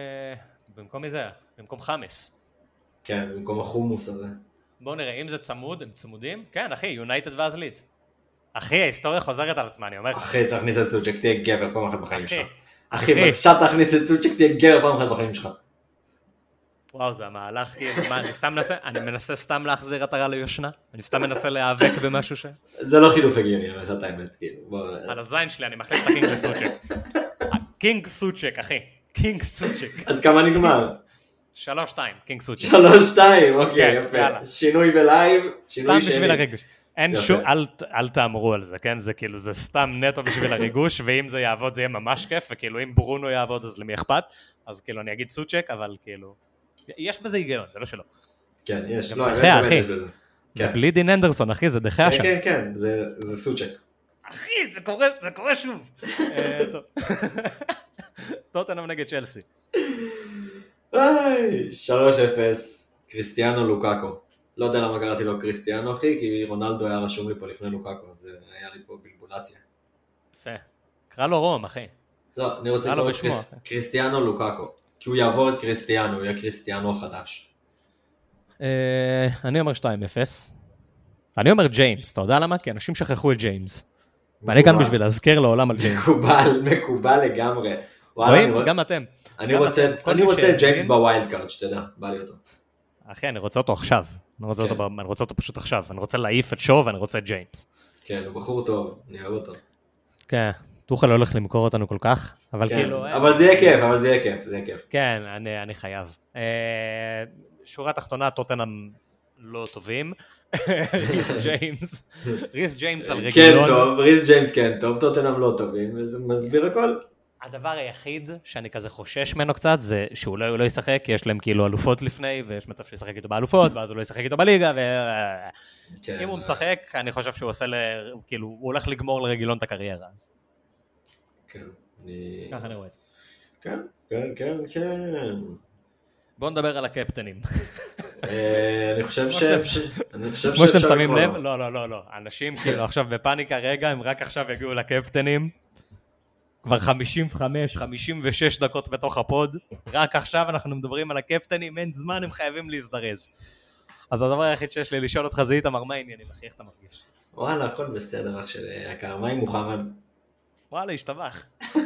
מזה, במקום חמאס. כן, במקום החומוס הזה. בואו נראה, אם זה צמוד, הם צמודים? כן, אחי, יונייטד ואז לידס. אחי, ההיסטוריה חוזרת על עצמה, אני אומר. אחי, תכניס את סוצ'ק, תהיה גבר פעם אחת בחיים שלך. אחי, בבקשה תכניס את סוצ'ק, תהיה גבר פעם אחת בחיים שלך. וואו, זה המהלך, מה, אני מנסה סתם להחזיר עטרה ליושנה? אני סתם מנסה להיאבק במשהו ש... זה לא חילוף הגיוני, אני אומר לך את האמת, כאילו. על הזין שלי, אני מחליף את הקינג לסוצ'ק. קינג סוצ'ק, אחי. קינג סוצ'ק. אז כמה נגמר? 3-2, קינג סוצ'ק. 3-2, אוקיי, יפה. שינוי בלייב, שינוי שני. סתם בשביל הריגוש. אין שום, אל תאמרו על זה, כן? זה כאילו, זה סתם נטו בשביל הריגוש, ואם זה יעבוד זה יהיה ממש כיף, וכאילו אם ברונו יעבוד אז למי אכפת, אז כאילו אני אגיד סוצ'ק, אבל כאילו... יש בזה היגיון, זה לא שלא. כן, יש. אחי, זה בלי דין אנדרסון, אחי, זה דחיה שם. כן, כן, זה סוצ'ק. אחי, זה קורה שוב. טוב. טוטנהאם נגד צ'לסי. 3-0, קריסטיאנו לוקאקו. לא יודע למה קראתי לו קריסטיאנו, אחי, כי רונלדו היה רשום לי פה לפני לוקאקו, אז היה לי פה בלבולציה. יפה. קרא לו רום, אחי. לא, אני רוצה לקרוא קריסטיאנו לוקאקו. כי הוא יעבור את קריסטיאנו, הוא יהיה קריסטיאנו החדש. אני אומר 2-0. אני אומר ג'יימס, אתה יודע למה? כי אנשים שכחו את ג'יימס. ואני כאן בשביל להזכיר לעולם על ג'יימס. מקובל לגמרי. רואים? גם אתם. אני רוצה את ג'יימס בווילד קארד, שתדע, בא לי אותו. אחי, אני רוצה אותו עכשיו. אני רוצה אותו פשוט עכשיו. אני רוצה להעיף את שואו ואני רוצה את ג'יימס. כן, הוא בחור טוב, אני אוהב אותו. כן. תוכל לא הולך למכור אותנו כל כך, אבל כאילו... אבל זה יהיה כיף, זה יהיה כיף. כן, אני חייב. שורה תחתונה, טוטנהאם לא טובים. ריס ג'יימס על רגילון. כן טוב, ריס ג'יימס כן טוב, טוטנהאם לא טובים, וזה מסביר הכל. הדבר היחיד שאני כזה חושש ממנו קצת, זה שהוא לא ישחק, כי יש להם כאילו אלופות לפני, ויש מצב שהוא ישחק איתו באלופות, ואז הוא לא ישחק איתו בליגה, אם הוא משחק, אני חושב שהוא עושה, כאילו, הוא הולך לגמור לרגילון את הקריירה. כן. ככה אני רואה את זה. כן, כן, כן, כן. בואו נדבר על הקפטנים. אני חושב כמו שאתם שמים לב, לא, אנשים כאילו עכשיו בפאניקה רגע, הם רק עכשיו הגיעו לקפטנים, כבר 56 דקות בתוך הפוד, רק עכשיו אנחנו מדברים על הקפטנים, אין זמן, הם חייבים להזדרז. אז הדבר היחיד שיש לי לשאול אותך זה איתמר, מה העניינים, אחי, איך אתה מרגיש? וואלה, הכל בסדר, אח שלי, יקר, מה עם מוחמד? וואלה, השתבח.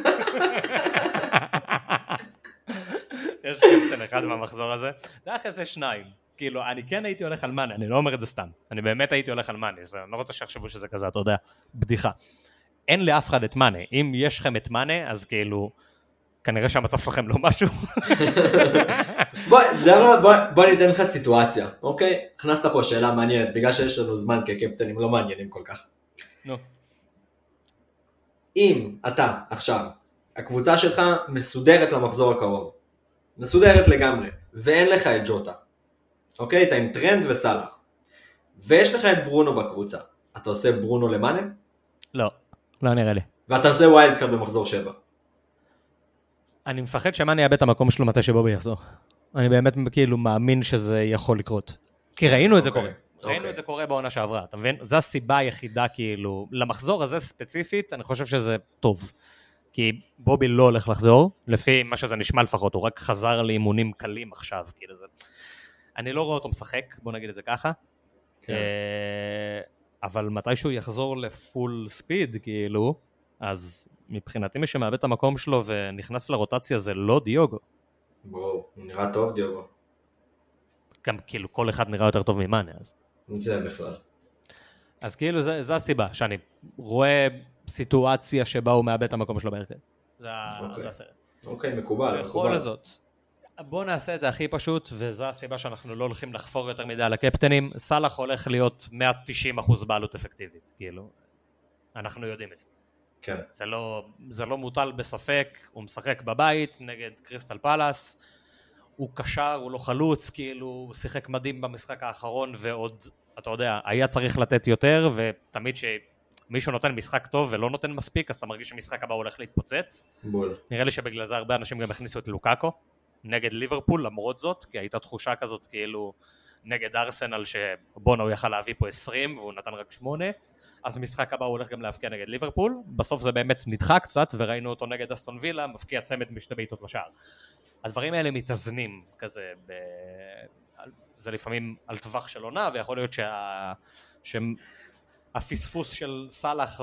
יש קפטן אחד מהמחזור הזה, זה אחרי זה 2. כאילו, אני כן הייתי הולך על מאני, אני לא אומר את זה סתם, אני באמת הייתי הולך על מאני, אני לא רוצה שיחשבו שזה כזה, אתה יודע, בדיחה. אין לאף אחד את מאני, אם יש לכם את מאני, אז כאילו, כנראה שהמצב שלכם לא משהו. בוא ניתן לך סיטואציה, אוקיי? הכנסת פה שאלה מעניינת, בגלל שיש לנו זמן כקפטנים לא מעניינים כל כך. נו. אם אתה עכשיו, הקבוצה שלך מסודרת למחזור הקרוב, מסודרת לגמרי, ואין לך את ג'וטה, אוקיי? אתה עם טרנד וסלח, ויש לך את ברונו בקבוצה, אתה עושה ברונו למאנה? לא, לא נראה לי. ואתה עושה ווילד קארד במחזור 7. אני מפחד שמאני יאבד את המקום שלו מתי שבובי יחזור. אני באמת כאילו מאמין שזה יכול לקרות. כי ראינו את זה קורה. ראינו את זה קורה בעונה שעברה, אתה מבין? זו הסיבה היחידה כאילו, למחזור הזה ספציפית, אני חושב שזה טוב. כי בובי לא הולך לחזור, לפי מה שזה נשמע לפחות, הוא רק חזר לאימונים קלים עכשיו, כאילו זה. אני לא רואה אותו משחק, בוא נגיד את זה ככה. אבל מתישהו יחזור לפול ספיד, כאילו, אז מבחינתי מי שמאבד את המקום שלו ונכנס לרוטציה זה לא דיוגו. ברור, הוא נראה טוב דיוגו. גם כאילו כל אחד נראה יותר טוב ממאנה, אז. זה בכלל. אז כאילו זה הסיבה, שאני רואה סיטואציה שבה הוא מאבד את המקום שלו בהרכב. זה הסרט. אוקיי, מקובל. בכל זאת, בואו נעשה את זה הכי פשוט, וזו הסיבה שאנחנו לא הולכים לחפור יותר מדי על הקפטנים. סלח הולך להיות 190% בעלות אפקטיבית, כאילו. אנחנו יודעים את זה. כן. זה לא מוטל בספק, הוא משחק בבית נגד קריסטל פלאס, הוא קשר, הוא לא חלוץ, כאילו, הוא שיחק מדהים במשחק האחרון, ועוד, אתה יודע, היה צריך לתת יותר, ותמיד שמישהו נותן משחק טוב ולא נותן מספיק, אז אתה מרגיש שמשחק הבא הולך להתפוצץ. בול. נראה לי שבגלל זה הרבה אנשים גם הכניסו את לוקאקו, נגד ליברפול, למרות זאת, כי הייתה תחושה כזאת, כאילו, נגד ארסנל, שבונה הוא יכל להביא פה 20, והוא נתן רק 8, אז המשחק הבא הוא הולך גם להפקיע נגד ליברפול, בסוף זה באמת נדחה קצת, וראינו אותו נגד אסטון וילה, מפקיע צמד משתי בעיטות בשער. הדברים האלה מתאזנים כזה, זה לפעמים על טווח של עונה, ויכול להיות שהפספוס של סלח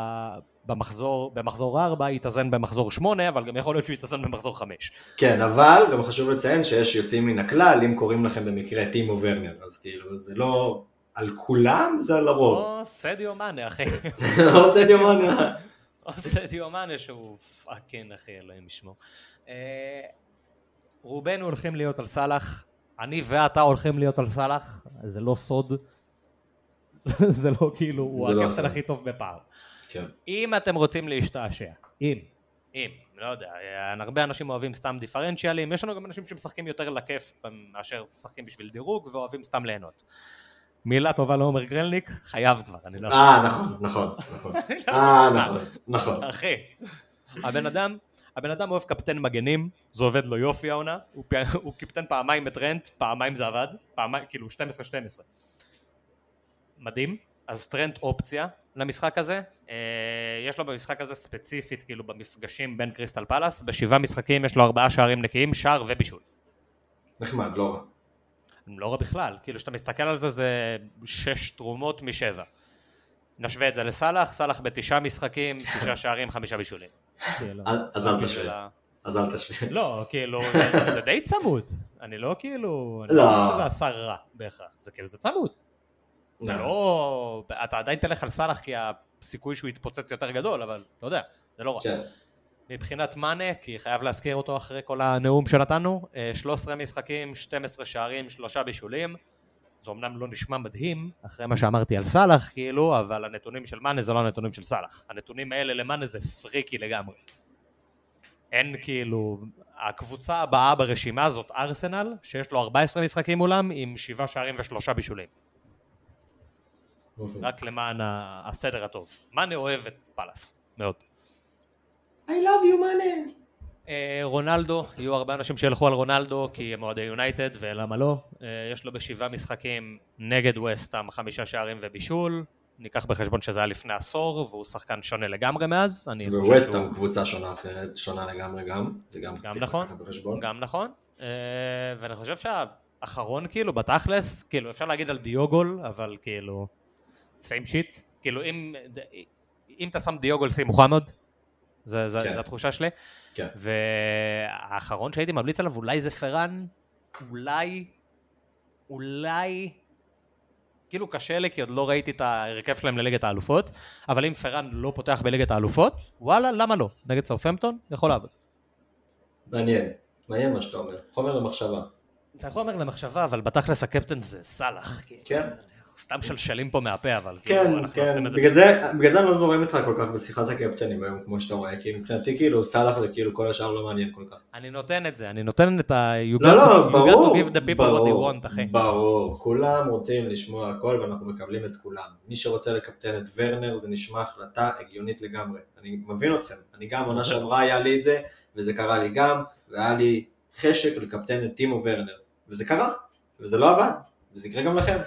במחזור 4 יתאזן במחזור 8, אבל גם יכול להיות שהוא יתאזן במחזור 5. כן, אבל גם חשוב לציין שיש יוצאים מן הכלל, אם קוראים לכם במקרה טימו ורנר, אז כאילו זה לא על כולם, זה על הרוב. או סדיו מאנה, אחי. או סדיו מאנה. או סדיו מאנה שהוא פאקינג, אחי, אלוהים ישמור. רובנו הולכים להיות על סלח, אני ואתה הולכים להיות על סלח, זה לא סוד, זה לא כאילו, הוא הקפטן הכי טוב בפער. כן. אם אתם רוצים להשתעשע, אם, לא יודע, הרבה אנשים אוהבים סתם דיפרנציאלים, יש לנו גם אנשים שמשחקים יותר לכיף מאשר משחקים בשביל דירוג ואוהבים סתם ליהנות. מילה טובה לעומר גרלניק, חייב כבר, אני לא... נכון. אחי, הבן אדם אוהב קפטן מגנים, זה עובד לו יופי העונה, הוא קפטן פעמיים בטרנט, פעמיים זה עבד, כאילו 12-12. מדהים, אז טרנט אופציה למשחק הזה, יש לו במשחק הזה ספציפית, כאילו במפגשים בין קריסטל פלאס, ב7 משחקים יש לו 4 שערים נקיים, שער ובישול. נחמד, לא רע. לא רע בכלל, כאילו שאתה מסתכל על זה, זה 6 תרומות מ7. נשווה את זה לסלח, סלח ב9 משחקים, 6 שערים, 5 בישולים. אז אל תשווה. לא, כאילו, זה די צמוד. אני לא כאילו, אני לא חושב שזה עשה רע בהכרח. זה כאילו, זה צמוד. זה לא, אתה עדיין תלך על סלח כי הסיכוי שהוא יתפוצץ יותר גדול, אבל אתה יודע, זה לא רע. מבחינת מאנה, כי חייב להזכיר אותו אחרי כל הנאום שנתנו, 13 משחקים, 12 שערים, 3 בישולים. זה אמנם לא נשמע מדהים, אחרי מה שאמרתי על סלאח, כאילו, אבל הנתונים של מאנה זה לא הנתונים של סלאח. הנתונים האלה למאנה זה פריקי לגמרי. אין כאילו, הקבוצה הבאה ברשימה הזאת, ארסנל, שיש לו 14 משחקים מולם, עם 7 שערים ו3 בישולים. רק למען הסדר הטוב. מאנה אוהב את פלאס, מאוד. I love you, מאנה. רונלדו, יהיו הרבה אנשים שילכו על רונלדו כי הם אוהדי יונייטד ולמה לא. יש לו ב7 משחקים נגד ווסטהאם 5 שערים ובישול, ניקח בחשבון שזה היה לפני עשור והוא שחקן שונה לגמרי מאז. וווסטהאם קבוצה שונה לגמרי גם, זה גם צריך לקחת בחשבון. גם נכון, ואני חושב שהאחרון כאילו בתכלס, כאילו אפשר להגיד על דיוגול, אבל כאילו same shit, כאילו אם אתה שם דיוגול סי מוחמד, זו התחושה שלי. כן. והאחרון שהייתי ממליץ עליו אולי זה פרן, אולי כאילו קשה לי כי עוד לא ראיתי את ההרכב שלהם לליגת האלופות, אבל אם פרן לא פותח בליגת האלופות, וואלה, למה לא? נגד סאות'המפטון יכול לעבוד. מעניין מה שאתה אומר, חומר למחשבה. זה חומר למחשבה, אבל בתכלס הקפטן זה סלאח. כן. סתם שלשלים פה מהפה, אבל כן, כן, בגלל זה אני לא זורם איתך כל כך בשיחת הקפטנים היום, כמו שאתה רואה, כי מבחינתי כאילו סלאח זה כאילו כל השאר לא מעניין כל כך. אני נותן את זה, אני נותן את you got to give the people what they want, אחי. ברור, כולם רוצים לשמוע הכל ואנחנו מקבלים את כולם. מי שרוצה לקפטן את ורנר זה נשמע החלטה הגיונית לגמרי. אני מבין אתכם, אני גם עונה שעברה היה לי את זה, וזה קרה לי גם, והיה לי חשק לקפטן את טימו ורנר, וזה קרה, וזה לא עבד, וזה יקרה גם לכם.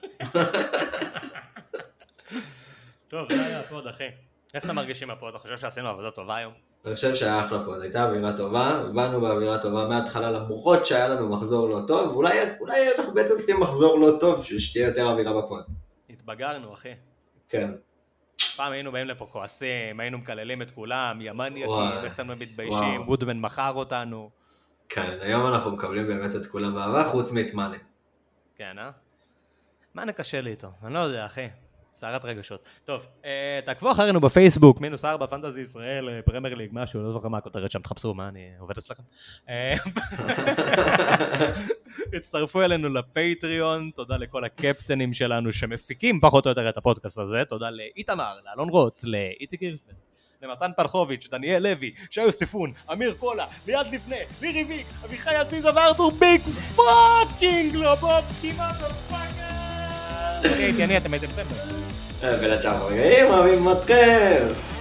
טוב, זה היה הפוד, אחי. איך אתה מרגיש עם הפוד? אתה חושב שעשינו עבודה טובה היום? אני חושב שהיה אחלה פוד, הייתה אווירה טובה, באנו באווירה טובה מההתחלה למרות שהיה לנו מחזור לא טוב, אולי אנחנו בעצם צריכים מחזור לא טוב, שתהיה יותר אווירה בפוד. התבגרנו, אחי. כן. פעם היינו באים לפה כועסים, היינו מקללים את כולם, ימניאקים, איך אתם מתביישים, וודמן מכר אותנו. כן, היום אנחנו מקבלים באמת את כולם באהבה, חוץ מאתמנה. כן, מאנה קשה לי איתו, אני לא יודע, אחי. סערת רגשות. טוב, תעקבו אחרינו בפייסבוק, -4 פנטזי ישראל, פרמייר ליג, משהו, לא זוכר מה הכותרת שם, תחפשו מה, אני עובד אצלכם. הצטרפו אלינו לפטריון, תודה לכל הקפטנים שלנו שמפיקים פחות או יותר את הפודקאסט הזה, תודה לאיתמר, לאלון רוט, לאיציק קירשמן, למתן פרחוביץ', דניאל לוי, שי סיפון, אמיר קולה, ליד לפני, לירי ויק, אביחי עזיזה וארתור ביג פאקינג לובובסקי מotherfucker. אני, אתם הייתם פרמר. ולצ'אפו, אוהבים אתכם.